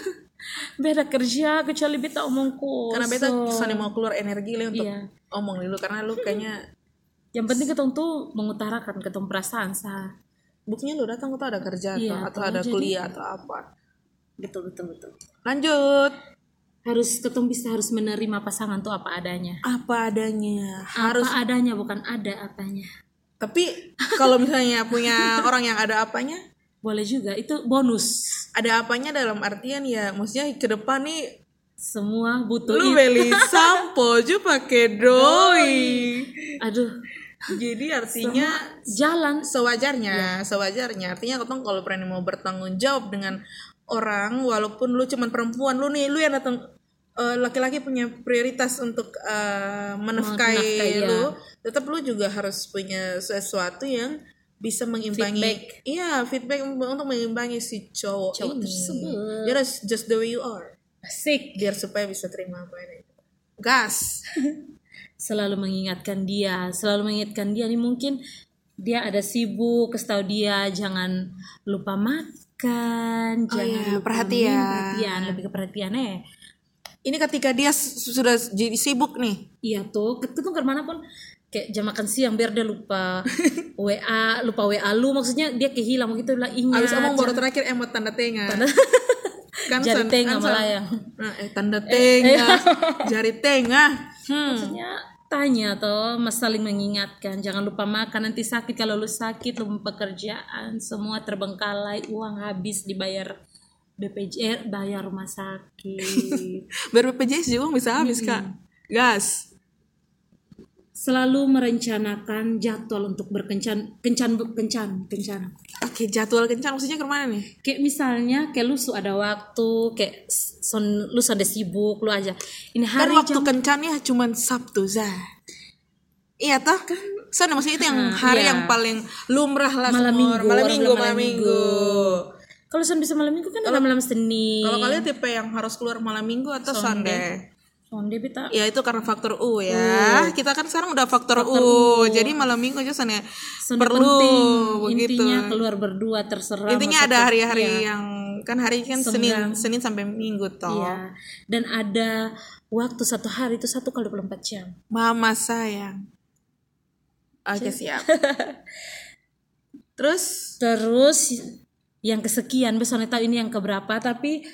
Beda kerja kecuali beta omong kok. Karena beta kesana mau keluar energi le untuk omong dulu karena lu kayaknya. Yang penting ketong tuh mengutarakan ketong perasaan sah. Buktinya lu datang tuh ada kerja atau ada kuliah atau apa. Betul. Lanjut. Harus menerima pasangan tuh apa adanya. Apa adanya. Apa adanya bukan ada apanya. Tapi kalau misalnya punya orang yang ada apanya, boleh juga, itu bonus. Ada apanya dalam artian ya, maksudnya ke depan nih semua butuh. Lu beli sampo juga pakai doi. Aduh. Jadi artinya jalan sewajarnya. Artinya ketong kalau berani mau bertanggung jawab dengan orang, walaupun lu cuman perempuan, lu yang datang. Laki-laki punya prioritas untuk menafkahi lu, tetap lu juga harus punya sesuatu yang bisa mengimbangi feedback untuk mengimbangi si cowok ini. Tersebut. Just the way you are. Asik. Biar supaya bisa terima apa ini. Gas. Selalu mengingatkan dia nih mungkin dia ada sibuk, kasih tahu dia jangan lupa makan, jangan lupa perhatian, lebih ke perhatian Ini ketika dia sudah jadi sibuk nih. Iya tuh, ketemu kemana pun kayak jam makan siang biar dia lupa WA lu, maksudnya dia kehilang gitu bilang ingat. Abis omong baru terakhir emot tanda tengah. Jari tengah melayang. Tanda tengah, jari tengah. Maksudnya tanya toh, saling mengingatkan, jangan lupa makan nanti sakit, kalau lu sakit lu pekerjaan semua terbengkalai, uang habis dibayar BPJS, bayar rumah sakit. Bayar BPJS juga bisa habis Kak. Gas. Selalu merencanakan jadwal untuk kencan. Oke, jadwal kencan maksudnya kemana nih? Kayak misalnya kayak lu ada waktu, kayak lu ada sibuk, lu aja. Ini hari kan waktu kencannya cuma Sabtu Zah. Iya toh kan. Soalnya maksudnya itu yang hari yang paling lumrah lah. Malam minggu. Kalau bisa malam minggu kan ada malam Senin. Kalau kalian tipe yang harus keluar malam minggu atau Sunday beta. Ya itu karena faktor U ya. Kita kan sekarang udah faktor U. Jadi malam minggu aja sana perlu penting. Begitu. Intinya keluar berdua terserah. Intinya ada hari-hari yang kan hari kan Senin sampai Minggu toh. Iya. Dan ada waktu satu hari itu 1 kali 24 jam. Mama sayang. Oke, siap. Terus yang kesekian, besok tahu ini yang keberapa, tapi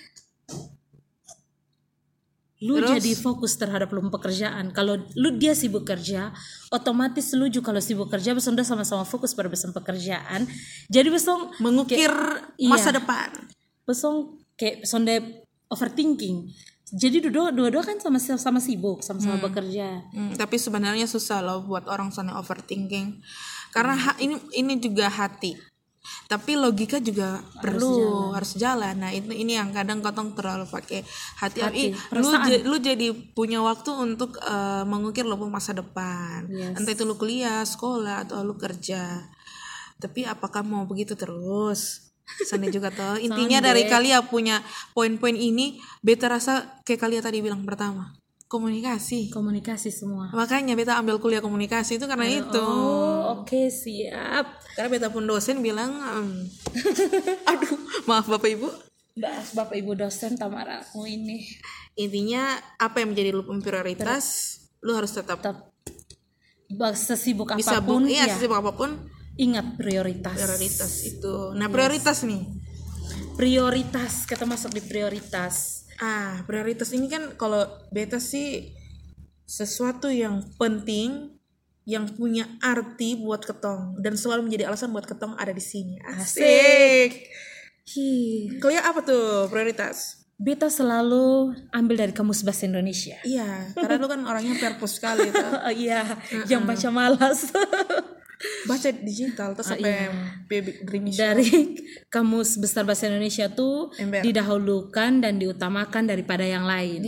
lu jadi fokus terhadap lu pekerjaan. Kalau lu dia sibuk kerja, otomatis lu juga kalau sibuk kerja besok udah sama-sama fokus pada besok pekerjaan. Jadi besok mengukir masa depan. Besok kayak sonde overthinking. Jadi dua-dua kan sama-sama sibuk, sama-sama bekerja. Tapi sebenarnya susah loh buat orang sonde overthinking. Karena ini juga hati. Tapi logika juga harus jalan. Nah, ini yang kadang kotong terlalu pakai hati. Lu jadi punya waktu untuk mengukir lu masa depan. Entah itu lu kuliah, sekolah, atau lu kerja. Tapi apakah mau begitu terus? Sana juga toh. Intinya dari kalian punya poin-poin ini, beta rasa kayak kalian tadi bilang pertama. Komunikasi semua. Makanya beta ambil kuliah komunikasi itu karena itu. Oke, siap. Karena beta pun dosen bilang aduh, maaf Bapak Ibu. Bapak Ibu dosen Tamara aku ini. Intinya apa yang menjadi lu prioritas, lu harus tetap sesibuk apapun sesibuk apapun ingat prioritas itu. Nah, prioritas nih. Prioritas kita masuk di prioritas. Prioritas ini kan kalau beta sih sesuatu yang penting, yang punya arti buat ketong dan selalu menjadi alasan buat ketong ada di sini. Asik. Kalian apa tuh prioritas? Beta selalu ambil dari Kamus Bahasa Indonesia. Iya, karena lu kan orangnya perpus sekali tuh. Iya, yang baca malas. Baca digital terus sampai dari Kamus Besar Bahasa Indonesia tuh didahulukan dan diutamakan daripada yang lain.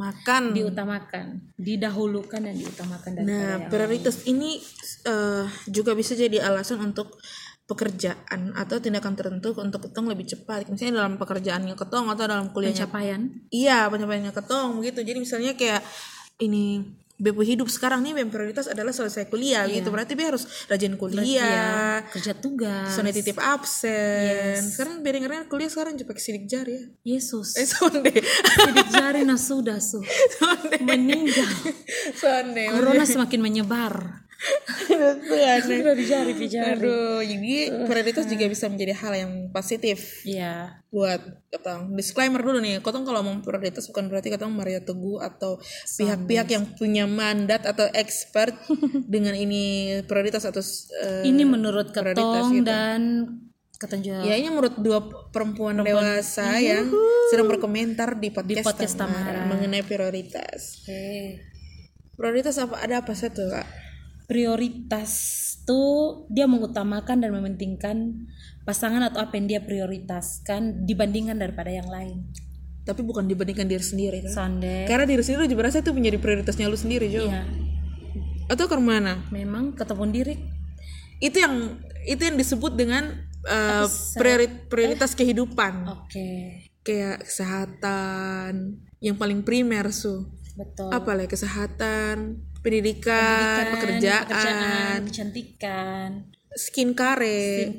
Didahulukan dan diutamakan daripada yang prioritas lain. Ini juga bisa jadi alasan untuk pekerjaan atau tindakan tertentu untuk ketong lebih cepat. Misalnya dalam pekerjaannya ketong atau dalam kuliahnya. Pencapaiannya ketong begitu. Jadi misalnya kayak ini Bepu hidup sekarang nih prioritas adalah selesai kuliah gitu. Berarti Be harus rajin kuliah, kerja tugas, sonde titip absen. Sekarang berengernya kuliah sekarang juga sidik jari ya. Yesus. Sonde. Sidik jari sudah meninggal. Sonde. Corona semakin menyebar. Sudah dijari. Aduh, jadi prioritas juga bisa menjadi hal yang positif. Iya. Buat ketong. Disclaimer dulu nih, ketong kalau mau prioritas bukan berarti ketong Maria Teguh atau pihak-pihak yang punya mandat atau expert dengan ini prioritas atau ini menurut ketong gitu. Dan ketong ya ini menurut dua perempuan dewasa yang sedang berkomentar di podcast Tamara mengenai prioritas. Prioritas ada apa satu Kak? Prioritas tuh dia mengutamakan dan mementingkan pasangan atau apa yang dia prioritaskan dibandingkan daripada yang lain. Tapi bukan dibandingkan diri sendiri kan? Sonde. Karena diri sendiri juga rasa itu menjadi prioritasnya lu sendiri juga. Iya. Atau ke mana? Memang ketemu diri. Itu yang disebut dengan prioritas kehidupan. Kayak kesehatan yang paling primer Betul. Apa lah kesehatan, pendidikan, pekerjaan, kecantikan, skincare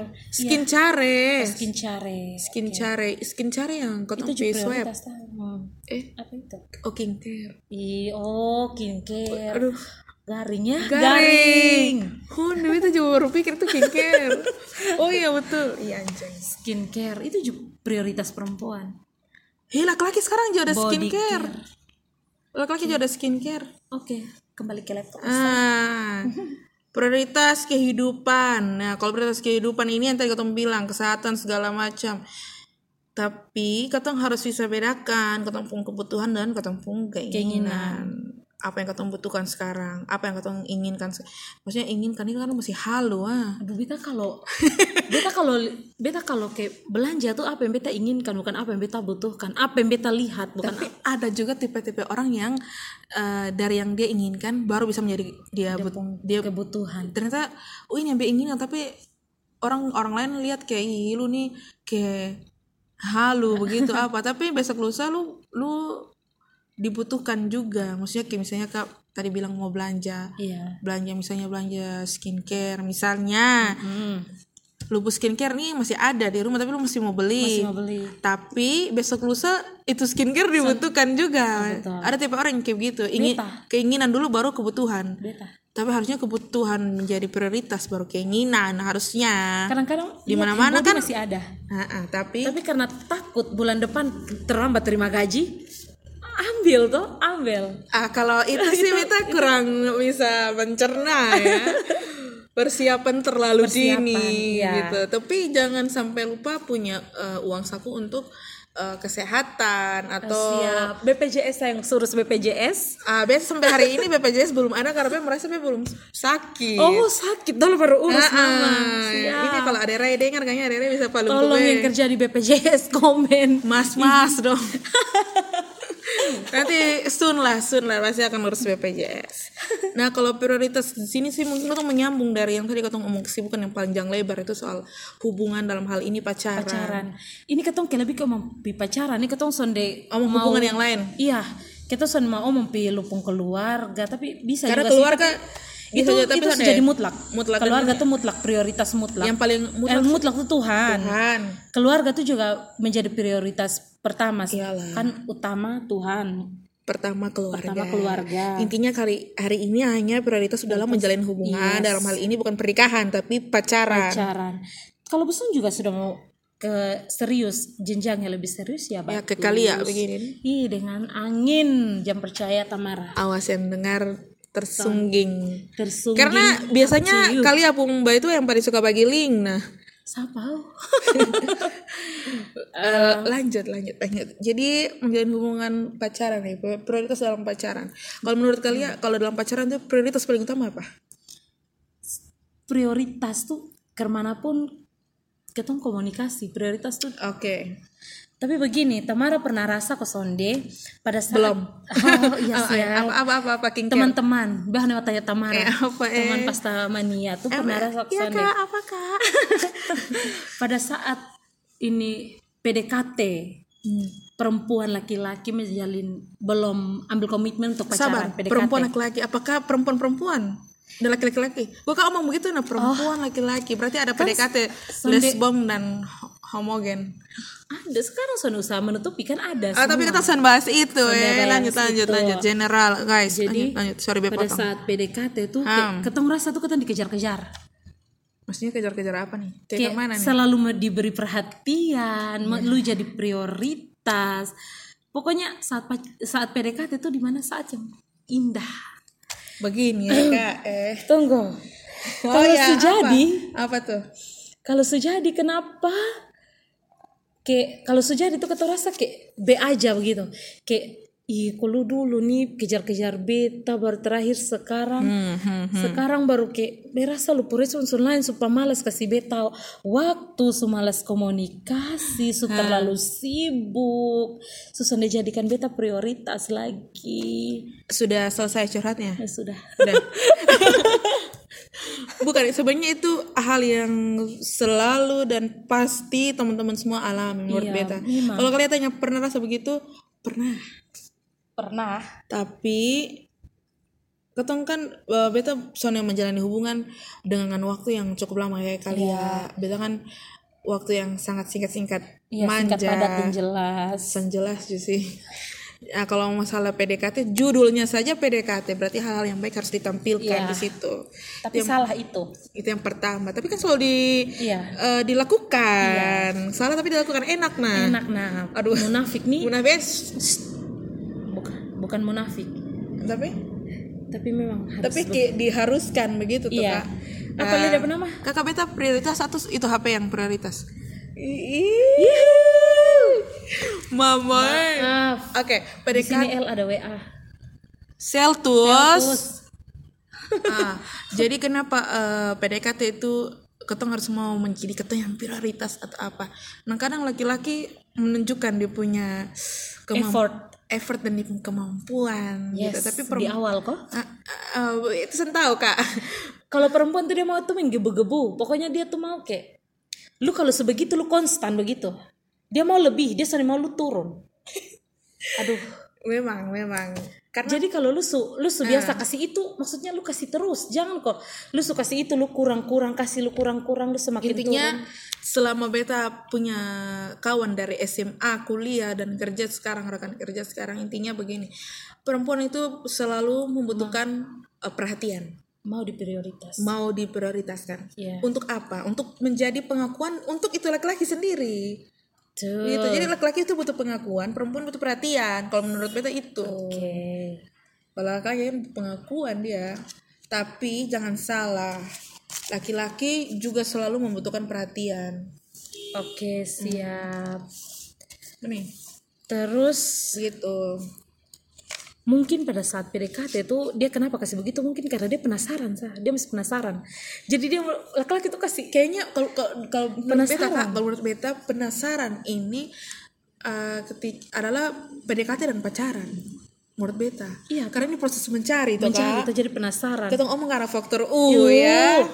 yang kau tahu swab. Apa itu? Skincare. Skincare. Aduh, garing. Dewi tuh juga baru pikir itu skincare. Oh iya betul. Iya anjing. Skincare itu juga prioritas perempuan. Laki-laki sekarang juga ada skincare. Laki-laki juga ada skincare. Oke, kembali ke laptop. Prioritas kehidupan. Nah, kalau prioritas kehidupan ini yang tadi ketong bilang, kesehatan segala macam. Tapi ketong harus bisa bedakan ketong pun kebutuhan dan ketong pun keinginan. Apa yang ketong butuhkan sekarang, apa yang ketong inginkan. Maksudnya inginkan itu kan masih halu Aduh, beta kalau kayak belanja tuh apa yang beta inginkan bukan apa yang beta butuhkan, apa yang beta lihat bukan. Tapi ada juga tipe-tipe orang yang dari yang dia inginkan baru bisa menjadi dia kebutuhan. Ternyata ini yang dia inginkan tapi orang lain lihat kayak lu nih kayak halu begitu apa, tapi besok lusa lu dibutuhkan juga. Maksudnya kayak misalnya Kak tadi bilang mau belanja belanja skincare misalnya. Lupus skincare nih masih ada di rumah tapi lu masih mau beli. Tapi besok lusa itu skincare dibutuhkan juga. Ada tipe orang yang kayak gitu, keinginan dulu baru kebutuhan. Tapi harusnya kebutuhan menjadi prioritas baru keinginan harusnya. Kadang-kadang di mana-mana kan masih ada. Tapi karena takut bulan depan terlambat terima gaji, ambil. Kalau itu sih kita kurang bisa mencerna ya. Persiapan terlalu dini gitu. Tapi jangan sampai lupa punya uang saku untuk kesehatan atau BPJS yang surus BPJS. Biasa sampai hari ini BPJS belum ada karena merasa belum sakit. Oh sakit dulu baru urus mama. Ini kalau ada Ray dengar kayaknya ada bisa paling tolong yang kerja di BPJS komen mas dong. Nanti soon lah pasti akan ngurus BPJS. Nah kalau prioritas di sini sih mungkin kita menyambung dari yang tadi kita ngomong kesibukan yang panjang lebar itu soal hubungan dalam hal ini pacaran. Ini ketong lebih ke mempi pacaran. Ini ketong sonde hubungan yang lain. Iya, kita sonde mau mempi lupung keluarga tapi bisa karena juga keluarga sih, itu sudah jadi mutlak keluarga tuh mutlak, prioritas mutlak. Yang paling mutlak tuh Tuhan. Keluarga tuh juga menjadi prioritas pertama sih. Kan utama Tuhan. Pertama keluarga. Intinya hari ini hanya prioritas dalam menjalin hubungan. Dalam hal ini bukan pernikahan tapi pacaran. Kalau Busung juga sudah mau ke serius, jenjangnya lebih serius ya bagus. Ya ke kali ya begini. Dengan angin, jam percaya Tamara. Awas yang dengar tersungging. Karena biasanya kali apung mbak itu yang paling suka bagi link. Nah siapa? Lanjut. Jadi menjalin hubungan pacaran nih, prioritas dalam pacaran. Kalau menurut kalian, kalau dalam pacaran tuh prioritas paling utama apa? Prioritas tuh kemanapun ketemu komunikasi. Prioritas tuh. Oke. Tapi begini, Tamara pernah rasa ke sonde pada saat belum. Apa teman-teman, bahkan tanya Tamara. Teman pasta mania tuh pernah rasa ke sonde. Apa Kak? Pada saat ini PDKT, perempuan laki-laki menjalin belum ambil komitmen untuk pacaran. PDKT. Perempuan laki-laki, apakah perempuan dan laki-laki? Gue kan ngomong begitu, perempuan laki-laki berarti ada PDKT lesbom dan homogen. Ada sekarang son usaha menutupi kan ada. Tapi kita akan bahas itu lanjut general guys. Jadi lanjut. Sorry pada saat PDKT tuh ketemu rasa tuh kita dikejar-kejar. Maksudnya kejar-kejar apa nih? Kayak mana nih? Selalu diberi perhatian, lu jadi prioritas. Pokoknya saat PDKT tuh di mana saat yang indah. Begini ya Kak. Tunggu. Kalau sejadi apa tuh? Kalau sejadi kenapa? Kayak kalau sejadi itu kata rasa kayak B aja begitu. Kayak kalau dulu nih kejar-kejar beta baru terakhir sekarang. Sekarang baru kayak berasa lu pures unsur lain supaya malas kasih beta waktu, malas komunikasi, terlalu sibuk. Susah dijadikan beta prioritas lagi. Sudah selesai curhatnya? Ya, sudah. Bukan, sebenarnya itu hal yang selalu dan pasti teman-teman semua alami menurut beta. Kalau kalian tanya pernah rasa begitu? Pernah. Tapi ketong kan beta soalnya menjalani hubungan dengan waktu yang cukup lama ya kali ya. Beta kan waktu yang sangat singkat-singkat, manja, singkat, padat dan jelas. Jelas sih. Nah, kalau masalah PDKT, judulnya saja PDKT, berarti hal-hal yang baik harus ditampilkan di situ. Tapi salah itu. Itu yang pertama. Tapi kan selalu dilakukan. Salah tapi dilakukan enak nah. Aduh, munafik nih. Munafik. Bukan munafik. Tapi memang harus. Tapi diharuskan begitu tuh Kak. Apa lihat nama? Kakak beta prioritas satu itu HP yang prioritas. Mama. Oke, di sini L ada WA. Seltus. Jadi kenapa PDKT itu ketong harus mau menjadi ketong yang prioritas atau apa? Nah kadang laki-laki menunjukkan dia punya effort dan kemampuan gitu. Tapi di awal kok. Itu saya tahu Kak. Kalau perempuan tuh dia mau tuh menggebu-gebu. Pokoknya dia tuh mau kayak lu kalau sebegitu lu konstan begitu. Dia mau lebih, dia sering mau lu turun. Aduh, memang. Karena jadi kalau lu biasa kasih itu, maksudnya lu kasih terus. Jangan kok lu kasih itu lu kurang-kurang, kasih lu kurang-kurang, lu semakin intinya, turun. Selama beta punya kawan dari SMA, kuliah dan kerja sekarang, rekan kerja sekarang, intinya begini. Perempuan itu selalu membutuhkan perhatian. mau diprioritas. mau diprioritaskan. Iya. Untuk apa? Untuk menjadi pengakuan untuk itu laki-laki sendiri. Tuh. Gitu. Jadi laki-laki itu butuh pengakuan, perempuan butuh perhatian. Kalau menurut beta itu. Oke. Kalau laki-laki kan pengakuan dia. Tapi jangan salah. Laki-laki juga selalu membutuhkan perhatian. Oke, siap. Nih, Terus gitu. mungkin pada saat PDKT itu dia kenapa kasih begitu, mungkin karena dia penasaran, dia masih penasaran. Jadi dia laki-laki itu kasih Kayaknya kalau menurut beta, Penasaran. Kak, kalau menurut beta penasaran ini adalah PDKT dan pacaran. Menurut beta. Iya, Karena ini proses mencari toh, mencari Kak. itu jadi penasaran. Kita ngomong karena faktor ya.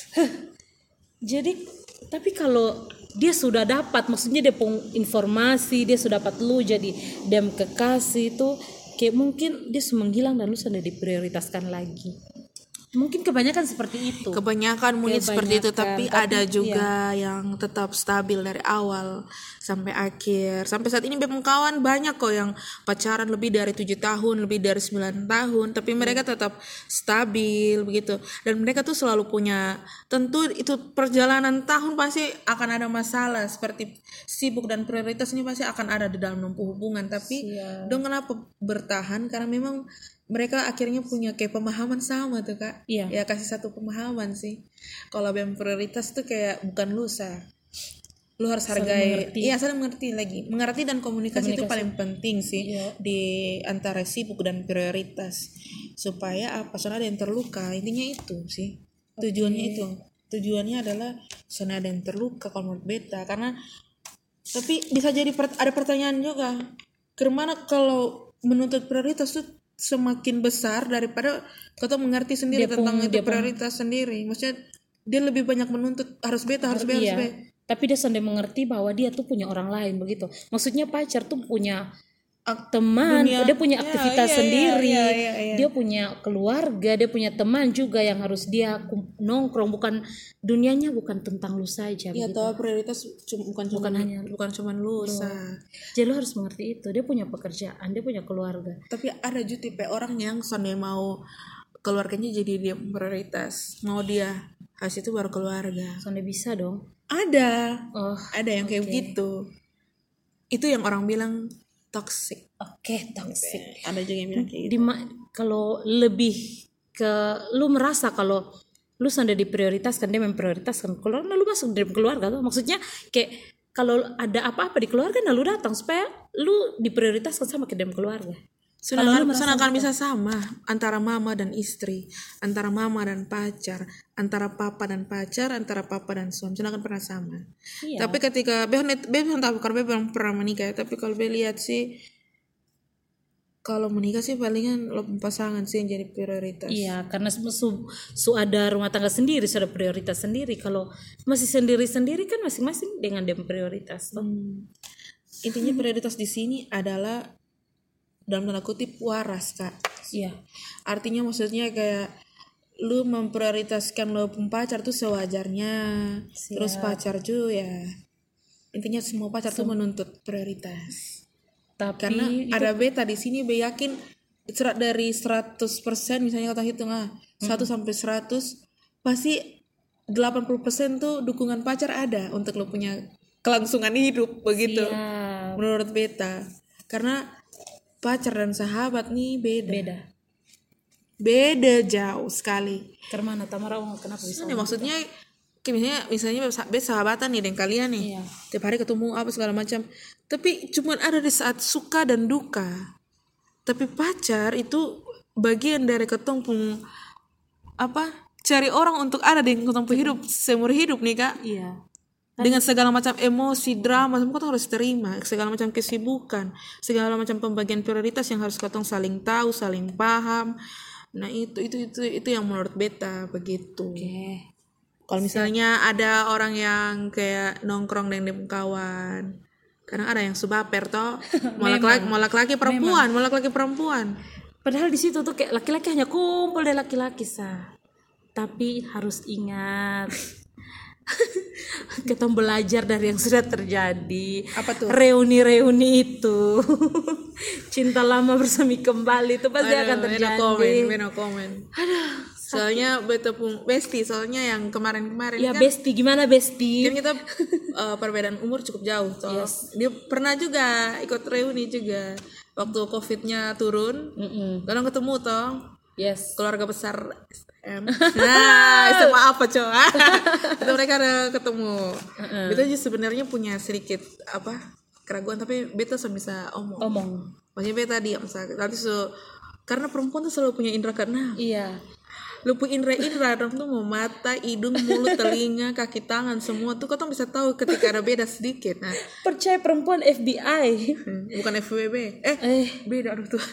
Jadi tapi kalau dia sudah dapat, maksudnya dia pun informasi, dia sudah dapat lu jadi dem kekasih itu, kayak mungkin dia sudah menghilang dan lu sudah diprioritaskan lagi. Mungkin kebanyakan seperti itu. Kebanyakan mungkin seperti itu, Kebanyakan, tapi ada tapi juga yang tetap stabil dari awal sampai akhir. Sampai saat ini memang kawan banyak kok yang pacaran lebih dari 7 tahun, lebih dari 9 tahun, tapi mereka tetap stabil begitu. Dan mereka tuh selalu punya, tentu itu perjalanan tahun pasti akan ada masalah seperti sibuk dan prioritas ini pasti akan ada di dalam hubungan. Tapi dong kenapa bertahan? Karena memang mereka akhirnya punya kayak pemahaman sama tuh, Kak. Iya. Ya kasih satu pemahaman sih. Kalau yang prioritas tuh kayak bukan lusa. Lu harus hargai. Iya, saling mengerti lagi. Mengerti dan komunikasi itu paling penting sih di antara sibuk dan prioritas. Supaya apa? Soalnya ada yang terluka. Intinya itu sih. Tujuannya itu. Tujuannya adalah soalnya ada yang terluka kalau menurut beta. Karena tapi bisa jadi ada pertanyaan juga. Kemana kalau menuntut prioritas tuh semakin besar daripada kau mengerti sendiri tentang itu prioritas sendiri. Maksudnya dia lebih banyak menuntut harus beta. Tapi dia sudah mengerti bahwa dia tuh punya orang lain begitu. Maksudnya pacar tuh punya teman, dia punya aktivitas sendiri, dia punya keluarga, dia punya teman juga yang harus dia nongkrong, bukan dunianya bukan tentang lu saja. Iya, tahu prioritas bukan cuma lu. Jadi lu harus mengerti itu. Dia punya pekerjaan, dia punya keluarga. Tapi ada juga tipe orang yang soalnya mau keluarganya jadi dia prioritas, mau dia hasil itu baru keluarga. Soalnya bisa dong. Ada yang kayak begitu. Itu yang orang bilang toxic. Oke, toxic. Ada juga yang bilang kayak gitu. Kalau lebih ke lu merasa kalau lu sudah diprioritaskan, dia memprioritaskan keluarga, nah lu masuk dari keluarga tuh. Maksudnya kayak kalau ada apa-apa di keluarga, nah lu datang supaya lu diprioritaskan sama ke dalam keluarga. Akan bisa sama antara mama dan istri, antara mama dan pacar, antara papa dan pacar, antara papa dan suami, akan pernah sama. Iya. Tapi ketika entah karena belum pernah menikah, tapi kalau lihat sih, kalau menikah sih palingan lo pasangan sih yang jadi prioritas. Iya, karena ada rumah tangga sendiri, sudah prioritas sendiri. Kalau masih sendiri-sendiri kan masing-masing dengan dem prioritas. Intinya prioritas di sini adalah dalam tanda kutip waras, Kak. Iya. Artinya maksudnya kayak lu memprioritaskan lo pacar tuh sewajarnya. Terus pacar juga ya. Intinya semua pacar tuh menuntut prioritas. Tapi karena ada beta di sini yakin dari 100% misalnya kita hitung 1 sampai 100 pasti 80% tuh dukungan pacar ada untuk lo punya kelangsungan hidup begitu. Menurut beta. Karena pacar dan sahabat nih beda jauh sekali. Karena Tamara kenapa bisa? Maksudnya misalnya sahabatan nih dengan kalian nih, tiap hari ketemu apa segala macam, tapi cuma ada di saat suka dan duka. Tapi pacar itu bagian dari ketong pun cari orang untuk ada di ketong pun hidup seumur hidup nih, Kak. Iya. Dengan segala macam emosi, drama, semua kita harus terima. Segala macam kesibukan, segala macam pembagian prioritas yang harus kita saling tahu, saling paham. Nah itu yang menurut beta begitu. Kalau misalnya ada orang yang kayak nongkrong dengan kawan, kadang ada yang subaper toh, mau laki-laki perempuan. Padahal di situ tuh kayak laki-laki hanya kumpul dari laki-laki tapi harus ingat. Kita belajar dari yang sudah terjadi. Apa tuh? Reuni-reuni itu. Cinta lama bersemi kembali itu pasti akan terjadi. No comment. Aduh, Soalnya beta pun Besti, soalnya yang kemarin-kemarin Ya kan Besti, gimana Besti? kan kita perbedaan umur cukup jauh toh. Yes. Dia pernah juga ikut reuni juga waktu COVID-nya turun. Kadang ketemu toh Yes. keluarga besar SM. Nah, SMA apa coba? Itu mereka ada ketemu. Beta juga sebenarnya punya sedikit keraguan, tapi beta bisa omong. Maksudnya beta diam saja. Nanti karena perempuan tuh selalu punya indera keenam. Iya. Lu punya indera dong tuh mau mata, hidung, mulut, telinga, kaki, tangan, semua tuh kau bisa tahu ketika ada beda sedikit. Nah, Percaya perempuan FBI. bukan FWB. Beda aduh tuh.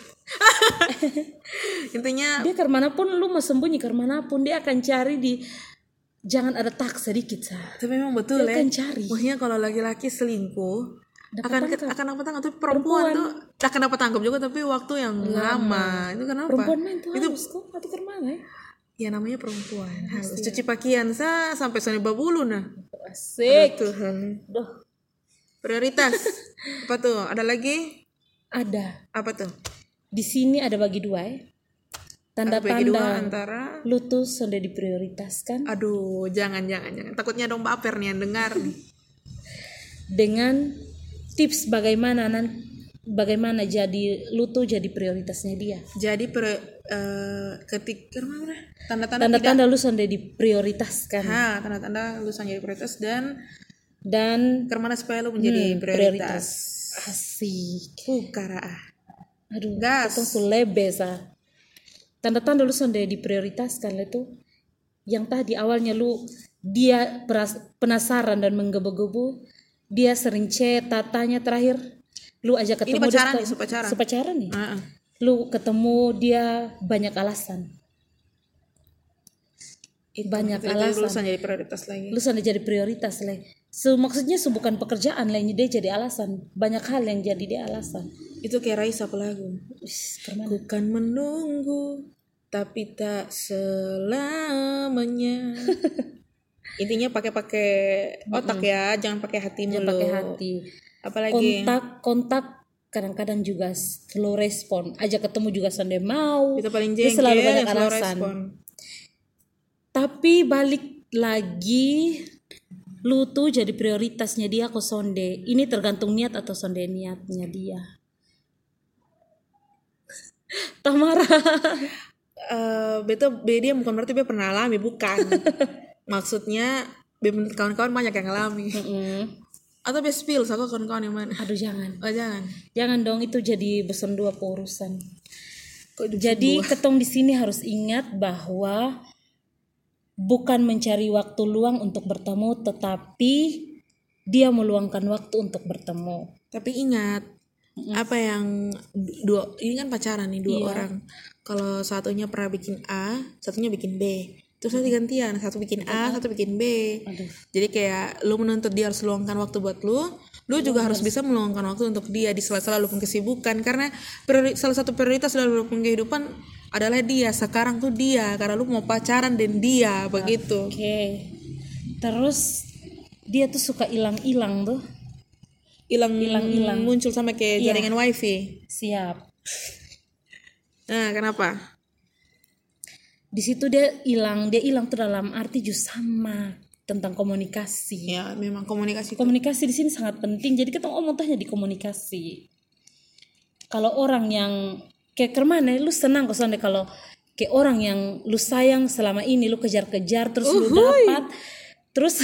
Intinya Dia kemanapun lu mau sembunyi kemanapun dia akan cari jangan ada tak sedikit sah. tapi memang betul Dia akan cari. Maksudnya kalau laki-laki selingkuh akan dapat tangkap, tapi perempuan tuh akan dapat tangkap juga, tapi waktu yang lama. Itu kenapa? Perempuan main tuh itu harus kok atau kemana ya? Ya namanya perempuan harus cuci pakaian sampai sana babulu nah. Asik. Tuhan. Duh. Prioritas. Apa tuh? Ada lagi? Ada. Apa tuh? Di sini ada bagi dua ya. Bagi dua Tanda-tanda antara lu tuh sudah diprioritaskan aduh, jangan. Takutnya dong baper nih yang dengar nih. dengan tips bagaimana jadi lu tuh jadi prioritasnya dia. Jadi tanda-tanda Lu sudah diprioritaskan tanda-tanda lulusan jadi prioritas dan kemana supaya lu menjadi prioritas. Asik. Karah. Aduh, Gas. potong sulebe sah. Tanda-tanda lu sudah diprioritaskan itu yang tadi awalnya dia penasaran dan menggebu-gebu, dia sering chat, tanya terakhir lu ajak ketemu. Ini pacaran nih, sepacaran nih. Lu ketemu dia banyak alasan. Banyak alasan. Lulusan jadi prioritas lagi. Lu sudah jadi prioritas lagi. Maksudnya bukan pekerjaan lainnya dia jadi alasan. Banyak hal yang jadi dia alasan. Itu kayak Raisa pelagu. Ku kan menunggu tapi tak selamanya. Intinya pakai otak ya, jangan pakai hati mulu. Jangan pakai hati. Apalagi kontak kadang-kadang juga slow respon. Ajak ketemu juga sonde mau. Itu paling Dia jengkel selalu banyak yang slow alasan. respon. Tapi balik lagi lu tuh jadi prioritasnya dia ke sonde. Ini tergantung niat atau sonde niatnya dia. Tamara. Dia bukan berarti dia pernah alami, bukan. Maksudnya kawan-kawan banyak yang alami. Atau dia spill sama kawan-kawan yang mana? Aduh jangan. Oh jangan. Jangan dong, itu jadi bosan dua urusan. Jadi ketong di sini harus ingat bahwa bukan mencari waktu luang untuk bertemu, tetapi dia meluangkan waktu untuk bertemu. Tapi ingat, apa yang ini kan pacaran nih dua orang. Kalau satunya pernah bikin A, satunya bikin B. Terus nanti gantian, satu bikin A, satu bikin B. Jadi kayak lu menuntut dia harus luangkan waktu buat lu juga harus bisa meluangkan waktu untuk dia di sela-sela lu pun kesibukan. Karena salah satu prioritas dalam lu pun kehidupan adalah dia. Sekarang tuh dia, karena lu mau pacaran dan dia, begitu. Oke. Terus dia tuh suka hilang-hilang tuh. Hilang muncul sama kayak jaringan wifi. Siap. Nah, kenapa? Di situ dia hilang tuh dalam arti justru sama tentang komunikasi. Ya, memang komunikasi di sini sangat penting. Jadi kita ngomong tanya di komunikasi. Kalau orang yang kayak kemana lu senang kok kalau kayak orang yang lu sayang selama ini lu kejar-kejar terus lu dapat terus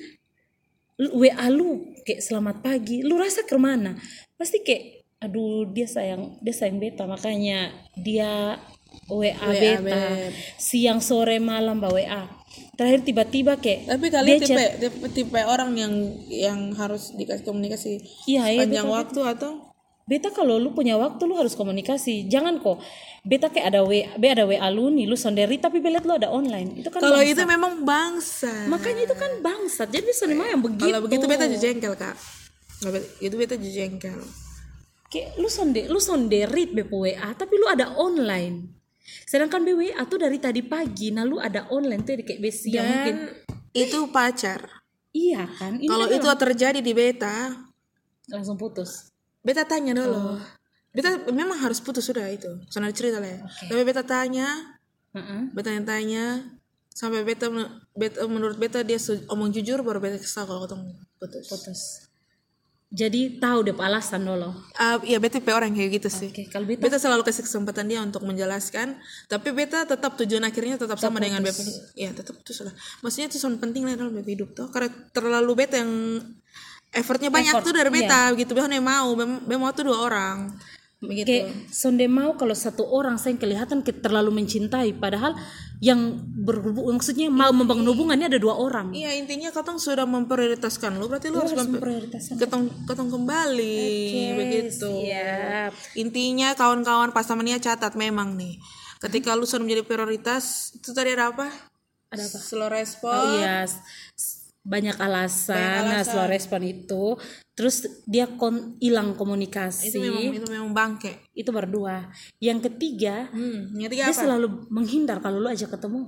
WA lu kayak selamat pagi, lu rasa kemana? Pasti kayak aduh dia sayang beta, makanya dia WA beta siang sore malam WA. Terakhir tiba-tiba kayak tapi kalian tipe orang yang harus dikasih komunikasi sepanjang waktu atau beta kalau lu punya waktu lu harus komunikasi. Jangan kok beta kayak ada WA lu nih lu sendiri tapi belet lu ada online. Itu kan kalau itu memang bangsa. Makanya itu kan bangsat. Jadi semua yang begitu. Kalau begitu beta jengkel Kak. Itu beta jengkel. Kayak lu sendiri WA tapi lu ada online. Sedangkan WA tuh dari tadi pagi, nah lu ada online tuh kayak besi yang mungkin itu pacar. Iya kan? Kalau itu terjadi di beta langsung putus. Beta tanya dulu. Beta memang harus putus sudah itu. Soalnya cerita lah ya. Tapi beta tanya, Beta tanya sampai beta menurut beta dia omong jujur baru beta kesal kalau ketemu putus. Jadi tahu deh alasan dulu. Ya beta orang kayak gitu sih. Oke, kalau beta selalu kasih kesempatan dia untuk menjelaskan, tapi beta tetap tujuan akhirnya tetap sama dengan beta. Ya tetap itu sudah. Maksudnya itu sangat penting lah dalam beta hidup tuh. Karena terlalu beta yang effortnya banyak tuh dari beta gitu. Beta mau tuh 2 orang. Begitu. Kayak sonde mau kalau 1 orang saya kelihatan terlalu mencintai, padahal yang maksudnya mau membangun hubungannya ada 2 orang. Iya, intinya katong sudah memprioritaskan lu, berarti lu harus memprioritaskan ketong kembali. Begitu. Siap. Intinya kawan-kawan pasamannya catat memang nih. Ketika lu sudah menjadi prioritas, itu tadi ada apa? Ada apa? Slow respon. Oh iya, banyak alasan. Nah, slow respon itu, terus dia hilang komunikasi. Itu memang bangke. Itu berdua. Yang ketiga, dia apa? selalu menghindar kalau lu ajak ketemu.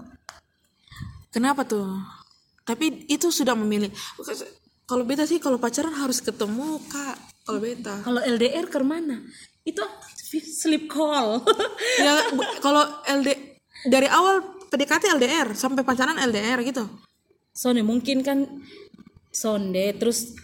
Kenapa tuh? Tapi itu sudah memilih. Kalau beta sih kalau pacaran harus ketemu, Kak. Kalau beta. Kalau LDR ke mana? Itu sleep call. Ya kalau dari awal PDKT LDR sampai pacaran LDR gitu. Sonde mungkin kan sonde terus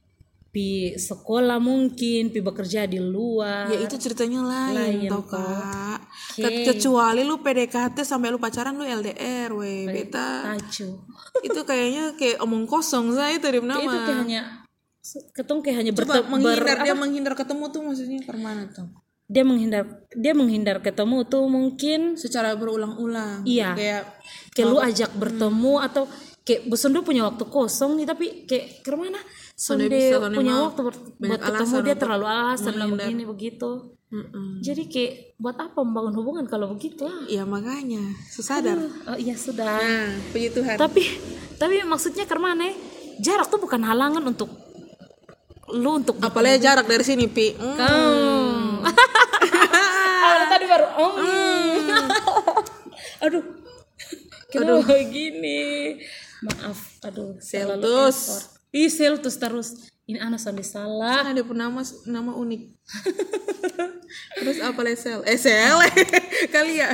pi sekolah mungkin pi bekerja di luar. Ya itu ceritanya lain toh Kak. Okay. Kecuali lu PDKT sampai lu pacaran lu LDR beta. Tacu. Itu kayaknya kayak omong kosong saya itu nama. Itu kayak hanya ketong kayak hanya dia menghindar ketemu tuh maksudnya ke mana tuh? Dia menghindar ketemu tuh mungkin secara berulang-ulang. Iya. Kayak lu ajak bertemu atau kayak bosan dulu punya waktu kosong nih, tapi kayak kemana sonde punya waktu buat ketemu, dia terlalu alasan lah begini begitu. Jadi kayak buat apa membangun hubungan kalau begitu lah. Ya makanya sadar. Oh iya sudah. Nah, puji Tuhan. Tapi maksudnya kemana? Jarak tuh bukan halangan untuk lu untuk apalagi jarak dari sini pi. Tadi baru aduh kenapa begini, maaf, aduh seltus terus ini anak sonde salah. Ada pun nama unik. Terus apa sel kali ya.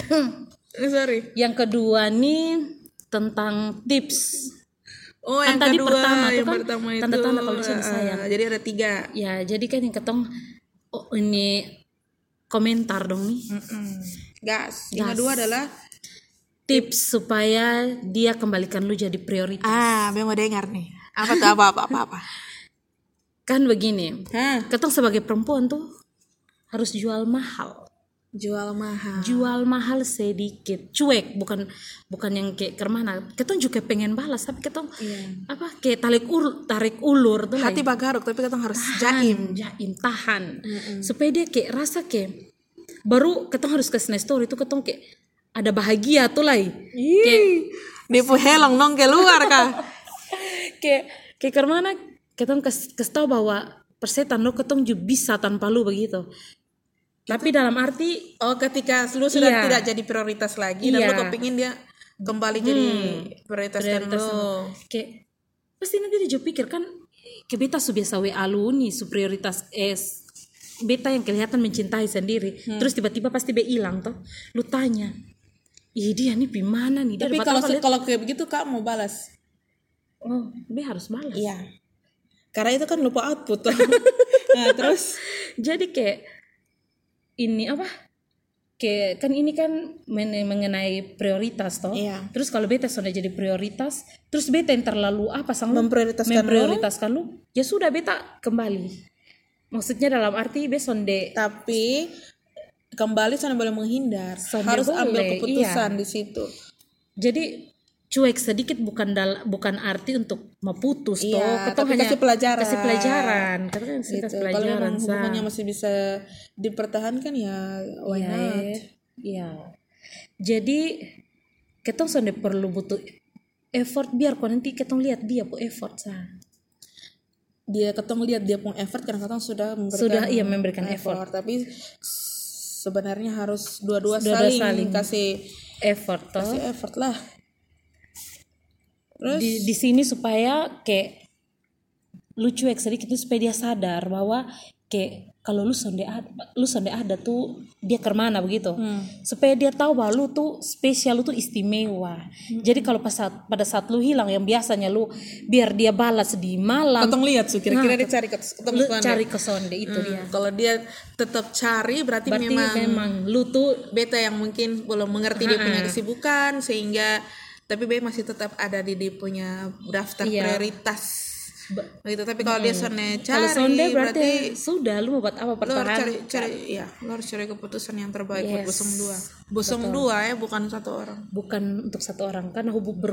Sorry. Yang kedua nih tentang tips. Oh, yang tadi kedua, pertama itu tanda-tanda kalau disini sayang. Jadi ada 3. Ya, jadi kan yang ketong ini komentar dong nih. Gas. Yang kedua adalah tips supaya dia kembalikan lu jadi prioritas. Biar mau dengar nih. Apa tuh apa? Kan begini. Ketong sebagai perempuan tuh harus jual mahal. Jual mahal sedikit, cuek, bukan yang kayak kemana. Ketong juga pengen balas, tapi ketong kayak tarik ulur tuh. Hati bagaruk, tapi ketong harus jaim, tahan. Supaya dia kayak rasa kayak baru ketong harus ke story itu ketong kayak ada bahagia tuh lah. Kayak dia pun helong nong keluar kah? kayak kemana? Ketong kasih tahu bahwa persetan lo ketong juga bisa tanpa lu begitu. Tapi dalam arti ketika lu sudah tidak jadi prioritas lagi dan lu kepingin dia kembali jadi prioritas lu. Kayak pasti nanti dia pikir kan ke beta su biasa WA lu nih su prioritas beta yang kelihatan mencintai sendiri. Terus tiba-tiba pasti be hilang toh. Lu tanya, "Ih dia nih gimana nih?" Tapi kalau kayak begitu Kak mau balas. Oh, be harus balas. Iya. Karena itu kan lupa output. Nah, terus jadi kayak ini apa? Kayak kan ini kan mengenai prioritas toh. Iya. Terus kalau beta sudah jadi prioritas, terus beta yang terlalu memprioritaskan lu, ya sudah beta kembali. Maksudnya dalam arti beta sonde. Tapi kembali sana boleh menghindar. Harus ambil keputusan di situ. Jadi cuek sedikit bukan arti untuk mau putus toh. Tapi kasih pelajaran. Kasih pelajaran. Kalau memang hubungannya masih bisa dipertahankan ya why not? Iya. Jadi ketong sudah perlu butuh effort biar kau nanti ketong lihat dia pu effort ketong lihat dia pun effort karena ketong sudah memberikan effort. Tapi sebenarnya harus dua-dua saling kasih effort toh. Kasih effort lah. Terus di sini supaya kayak lu cuek sedikit itu supaya dia sadar bahwa kayak kalau lu sonde ada tuh dia ke mana begitu, supaya dia tahu bahwa lu tuh spesial, lu tuh istimewa. Jadi kalau pada saat lu hilang yang biasanya lu biar dia balas di malam, Ketong lihat kira-kira dia cari lu cari ke sonde itu dia. Kalau dia tetap cari berarti memang lu tuh beta yang mungkin belum mengerti dia punya kesibukan, sehingga tapi beta masih tetap ada di dia punya daftar prioritas. Begitu. Tapi kalau dia sonde cari, kalau sonde berarti sudah lu mau buat apa lu harus pertahanan? lu harus cari keputusan yang terbaik buat bosong dua. Bosong dua ya, bukan satu orang. Bukan untuk satu orang, karena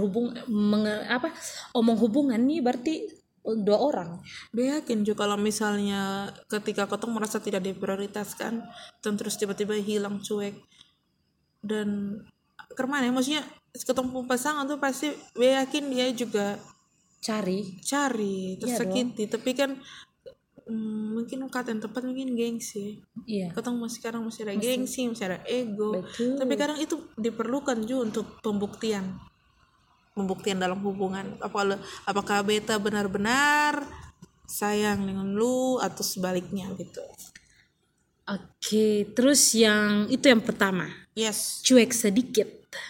omong hubungan nih berarti dua orang. Dia yakin juga kalau misalnya ketika ketong merasa tidak diprioritaskan dan terus tiba-tiba hilang cuek dan kemana ya, maksudnya ketemu pasangan tuh pasti dia yakin dia juga cari tersakiti, tapi kan mungkin kata yang tepat mungkin gengsi. Iya. Ketemu sekarang masih ada gengsi, masih ada ego. Betul. Tapi kadang itu diperlukan juga untuk pembuktian dalam hubungan. Apakah beta benar-benar sayang dengan lu atau sebaliknya gitu. Oke, terus yang itu yang pertama. Yes. Cuek sedikit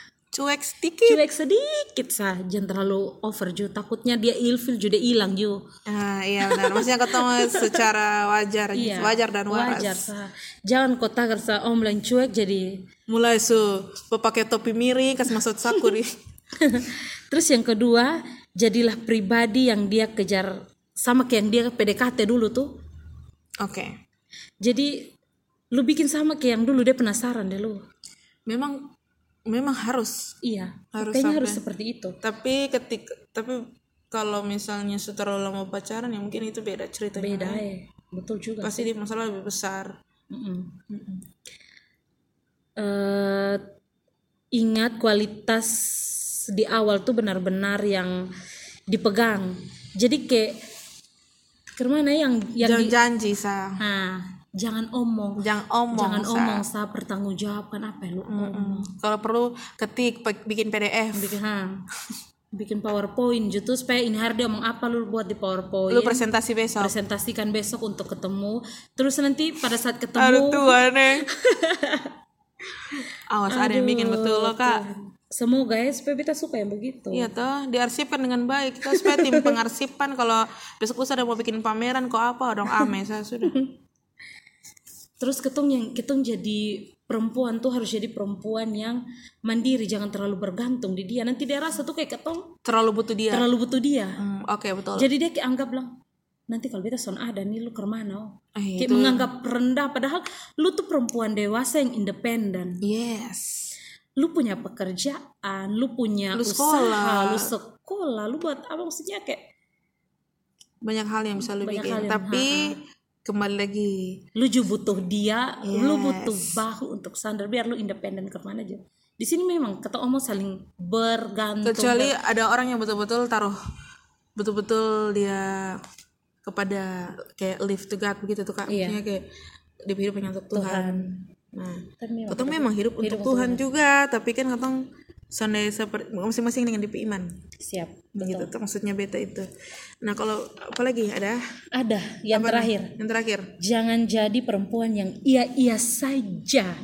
sah, jangan terlalu over juga, takutnya dia ilfil juga hilang juga. Iya benar, maksudnya ketemu secara wajar. Wajar dan waras. Wajar sah, jangan kau tagar sah bilang cuek jadi mulai pakai topi miring kas masuk sakuri. Terus yang kedua, jadilah pribadi yang dia kejar, sama kayak yang dia PDKT dulu tuh. Oke. Jadi lu bikin sama kayak yang dulu, dia penasaran deh lu. Memang harus. Iya. Kayaknya harus seperti itu. Tapi kalau misalnya setelah lama pacaran ya mungkin itu beda ceritanya. Beda ya. Betul juga. Pasti dia masalah lebih besar. Ingat kualitas di awal tuh benar-benar yang dipegang. Jadi kayak kemana yang jangan janji sah. Jangan omong sah, pertanggungjawabkan apa yang lu omong. Kalau perlu ketik, bikin PDF, bikin PowerPoint gitu supaya ini hari dia omong apa lu buat di PowerPoint. Lu presentasikan besok untuk ketemu. Terus nanti pada saat ketemu, aduh Tuhan awas ada yang bikin betul loh Kak. Semoga ya supaya kita suka yang begitu. Iya toh, diarsipkan dengan baik. Kita supaya tim pengarsipan kalau besok lusa ada mau bikin pameran kok apa dong saya sudah. Terus ketong jadi perempuan tuh harus jadi perempuan yang mandiri, jangan terlalu bergantung di dia. Nanti dia rasa tuh kayak ketong terlalu butuh dia. Oke, betul. Jadi dia kayak anggap lah, nanti kalau beta son ada nih lu kemana? Kayak menganggap rendah, padahal lu tuh perempuan dewasa yang independen. Yes. Lu punya pekerjaan, lu punya usaha, lu sekolah, lu buat apa, maksudnya kayak banyak hal yang bisa lu bikin. Tapi kembali lagi, lu juga butuh dia, lu butuh bahu untuk sandar biar lu independen kemana aja. Di sini memang kata omong saling bergantung. Kecuali ada orang yang betul-betul dia kepada kayak live to God begitu tuh Kak. Maksudnya kayak dia hidup hanya untuk Tuhan. Nah, ketong memang hidup untuk Tuhan juga, tapi kan ketong sondai seperti masing-masing dengan DP iman. Siap. Betul. Gitu maksudnya beta itu. Nah, kalau apa lagi ada yang terakhir. Yang terakhir. Jangan jadi perempuan yang iya saja.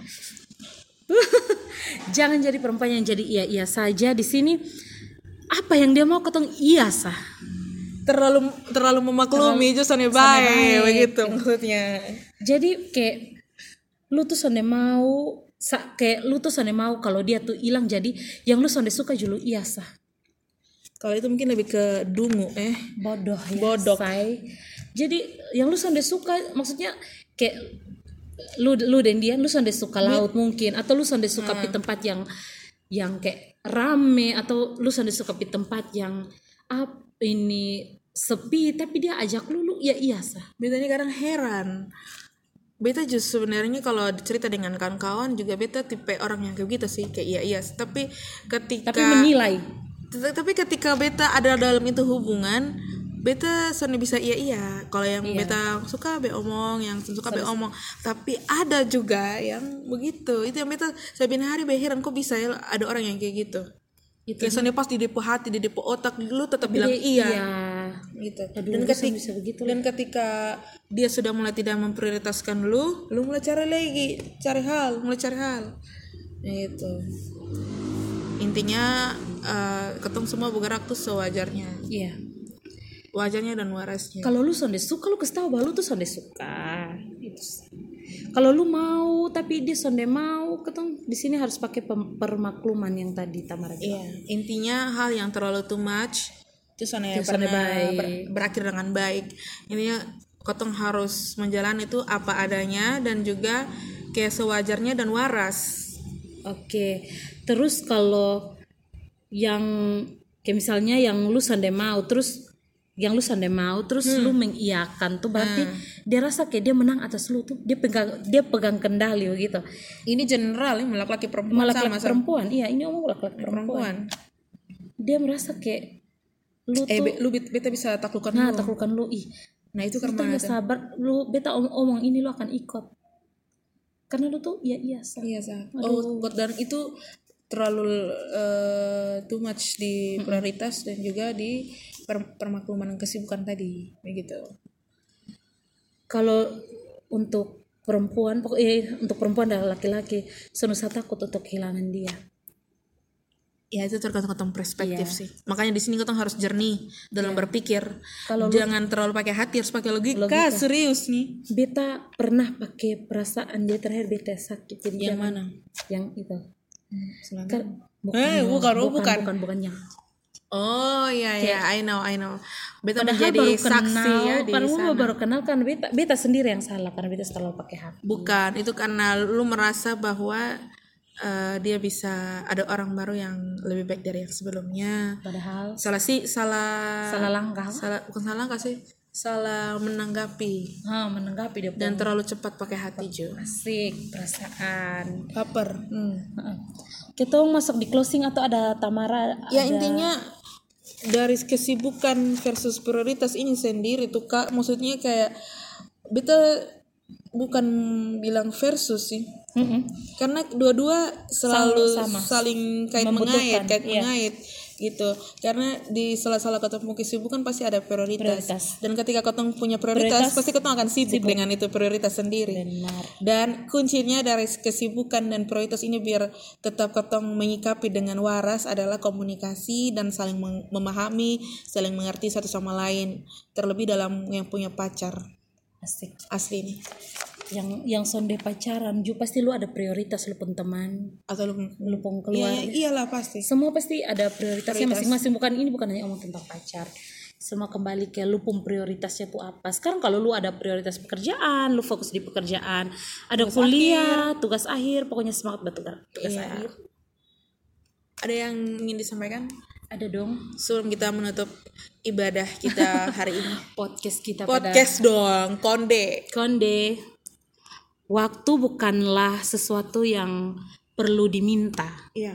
Jangan jadi perempuan yang jadi iya saja. Di sini apa yang dia mau ketong iya sah. Terlalu memaklumi justru baik begitu maksudnya. Jadi kayak lu tuh sonde mau kalau dia tuh hilang, jadi yang lu sonde suka dulu iya sah. Kalau itu mungkin lebih ke dungu bodoh. Say. Jadi yang lu sonde suka maksudnya kayak lu dan dia, lu sonde suka laut mungkin, atau lu sonde suka di tempat yang kayak rame, atau lu sonde suka di tempat yang ini sepi, tapi dia ajak lu iya sah. Betanya kadang heran. Beta justru sebenarnya kalau cerita dengan kawan-kawan juga beta tipe orang yang kayak gitu sih, kayak iya. Tapi menilai. Tapi ketika beta ada dalam itu hubungan, beta soalnya bisa iya. Kalau yang beta suka be omong, yang suka be omong. Tapi ada juga yang begitu. Itu yang beta sabihin hari be heran kok bisa ya ada orang yang kayak gitu. Kayak soalnya pas di depo hati, di depo otak dulu tetap bilang iya. gitu. Aduh, Dan bisa begitu lah. ketika dia sudah mulai tidak memprioritaskan lu mulai cari hal. Gitu. Intinya ketong semua bergerak tuh sewajarnya. Iya. Wajarnya dan warasnya. Kalau lu sonde suka, lu kasih tahu bahwa lu tuh sonde suka. Itu. Kalau lu mau tapi dia sonde mau, ketong di sini harus pakai permakluman yang tadi Tamara. Iya, intinya hal yang terlalu too much itu sonde berakhir dengan baik. Intinya ketong harus menjalani itu apa adanya dan juga kayak sewajarnya dan waras. Oke. Terus kalau yang kayak misalnya yang lu sonde mau terus lu mengiyakan tuh berarti dia rasa kayak dia menang atas lu tuh, dia pegang kendali gitu. Ini general ya, laki-laki perempuan sama perempuan. Iya, ini omong laki-laki perempuan. Dia merasa kayak lu tuh beta bisa taklukkan lu. Taklukkan lu. Nah, itu karena lu sabar, lu beta omong ini lu akan ikut. Karena lu tuh iya sah. Dan itu terlalu too much di prioritas dan juga di permakluman kesibukan tadi begitu. Kalau untuk perempuan dan laki-laki saya takut untuk kehilangan dia. Ya itu tergantung perspektif sih. Makanya di sini kita harus jernih dalam berpikir. Jangan terlalu pakai hati, harus pakai logika. Serius nih. Beta pernah pakai perasaan dia terakhir beta sakit. Jadi yang mana? Yang itu. Bukan yang. Oh iya, I know. Beta padahal menjadi saksi ya di sana. Baru kenal kan beta sendiri yang salah karena beta selalu pakai hati. Bukan, itu karena lu merasa bahwa dia bisa ada orang baru yang lebih baik dari yang sebelumnya. Padahal salah langkah. Bukan salah langkah sih. Salah menanggapi. Menanggapi dia. Dan terlalu cepat pakai hati juga. Asik, perasaan. Baper. Kita masuk di closing atau ada Tamara? Ya intinya dari kesibukan versus prioritas ini sendiri tuh Kak, maksudnya kayak beta bukan bilang versus sih. Karena dua-dua selalu saling mengait gitu. Karena di salah-salah ketemu kesibukan pasti ada prioritas. Dan ketika ketemu punya prioritas pasti ketemu akan sibuk dengan itu prioritas sendiri. Benar. Dan kuncinya dari kesibukan dan prioritas ini biar tetap ketemu menyikapi dengan waras adalah komunikasi dan saling memahami, saling mengerti satu sama lain. Terlebih dalam yang punya pacar. Asli nih. Yang sonde pacaran juga pasti lu ada prioritas, lu pun teman atau lu pun keluarga. Iyalah pasti. Semua pasti ada prioritasnya masing-masing. Bukan hanya omong tentang pacar. Semua kembali ke lu pun prioritasnya tuh apa. Sekarang kalau lu ada prioritas pekerjaan, lu fokus di pekerjaan. Ada tugas kuliah, tugas akhir, pokoknya semangat buat tugas akhir. Ada yang ingin disampaikan? Ada dong. Sebelum kita menutup ibadah kita hari ini. Podcast dong, konde. Waktu bukanlah sesuatu yang perlu diminta. Iya.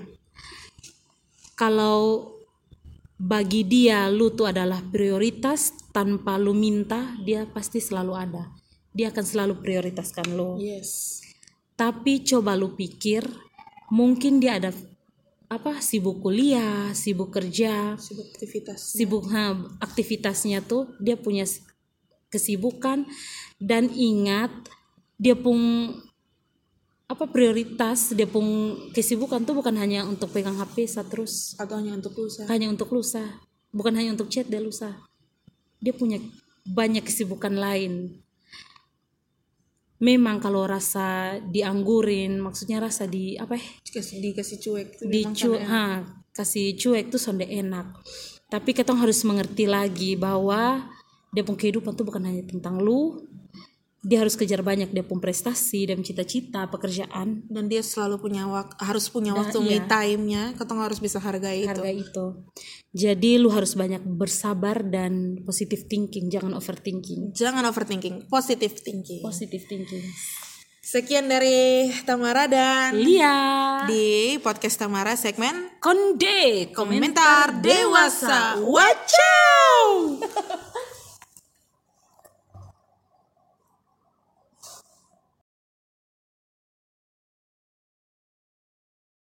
Kalau bagi dia lu tuh adalah prioritas, tanpa lu minta dia pasti selalu ada. Dia akan selalu prioritaskan lu. Yes. Tapi coba lu pikir, mungkin dia ada sibuk kuliah, sibuk kerja, aktivitasnya tuh dia punya kesibukan. Dan ingat dia pun prioritas, dia pun kesibukan tuh bukan hanya untuk pegang HP terus atau hanya untuk lusa. Bukan hanya untuk chat dia lusa. Dia punya banyak kesibukan lain. Memang kalau rasa dianggurin, maksudnya rasa dikasih cuek. Kasih cuek tuh sonde enak. Tapi kita harus mengerti lagi bahwa dia pun kehidupan tuh bukan hanya tentang lu. Dia harus kejar banyak, dia pun prestasi dan cita-cita pekerjaan, dan dia selalu harus punya waktu me time-nya. Kita harus bisa hargai itu. Jadi lu harus banyak bersabar dan positive thinking, jangan overthinking. Positive thinking. Sekian dari Tamara dan Lia di podcast Tamara segmen Konde Komentar Dewasa. Wacau.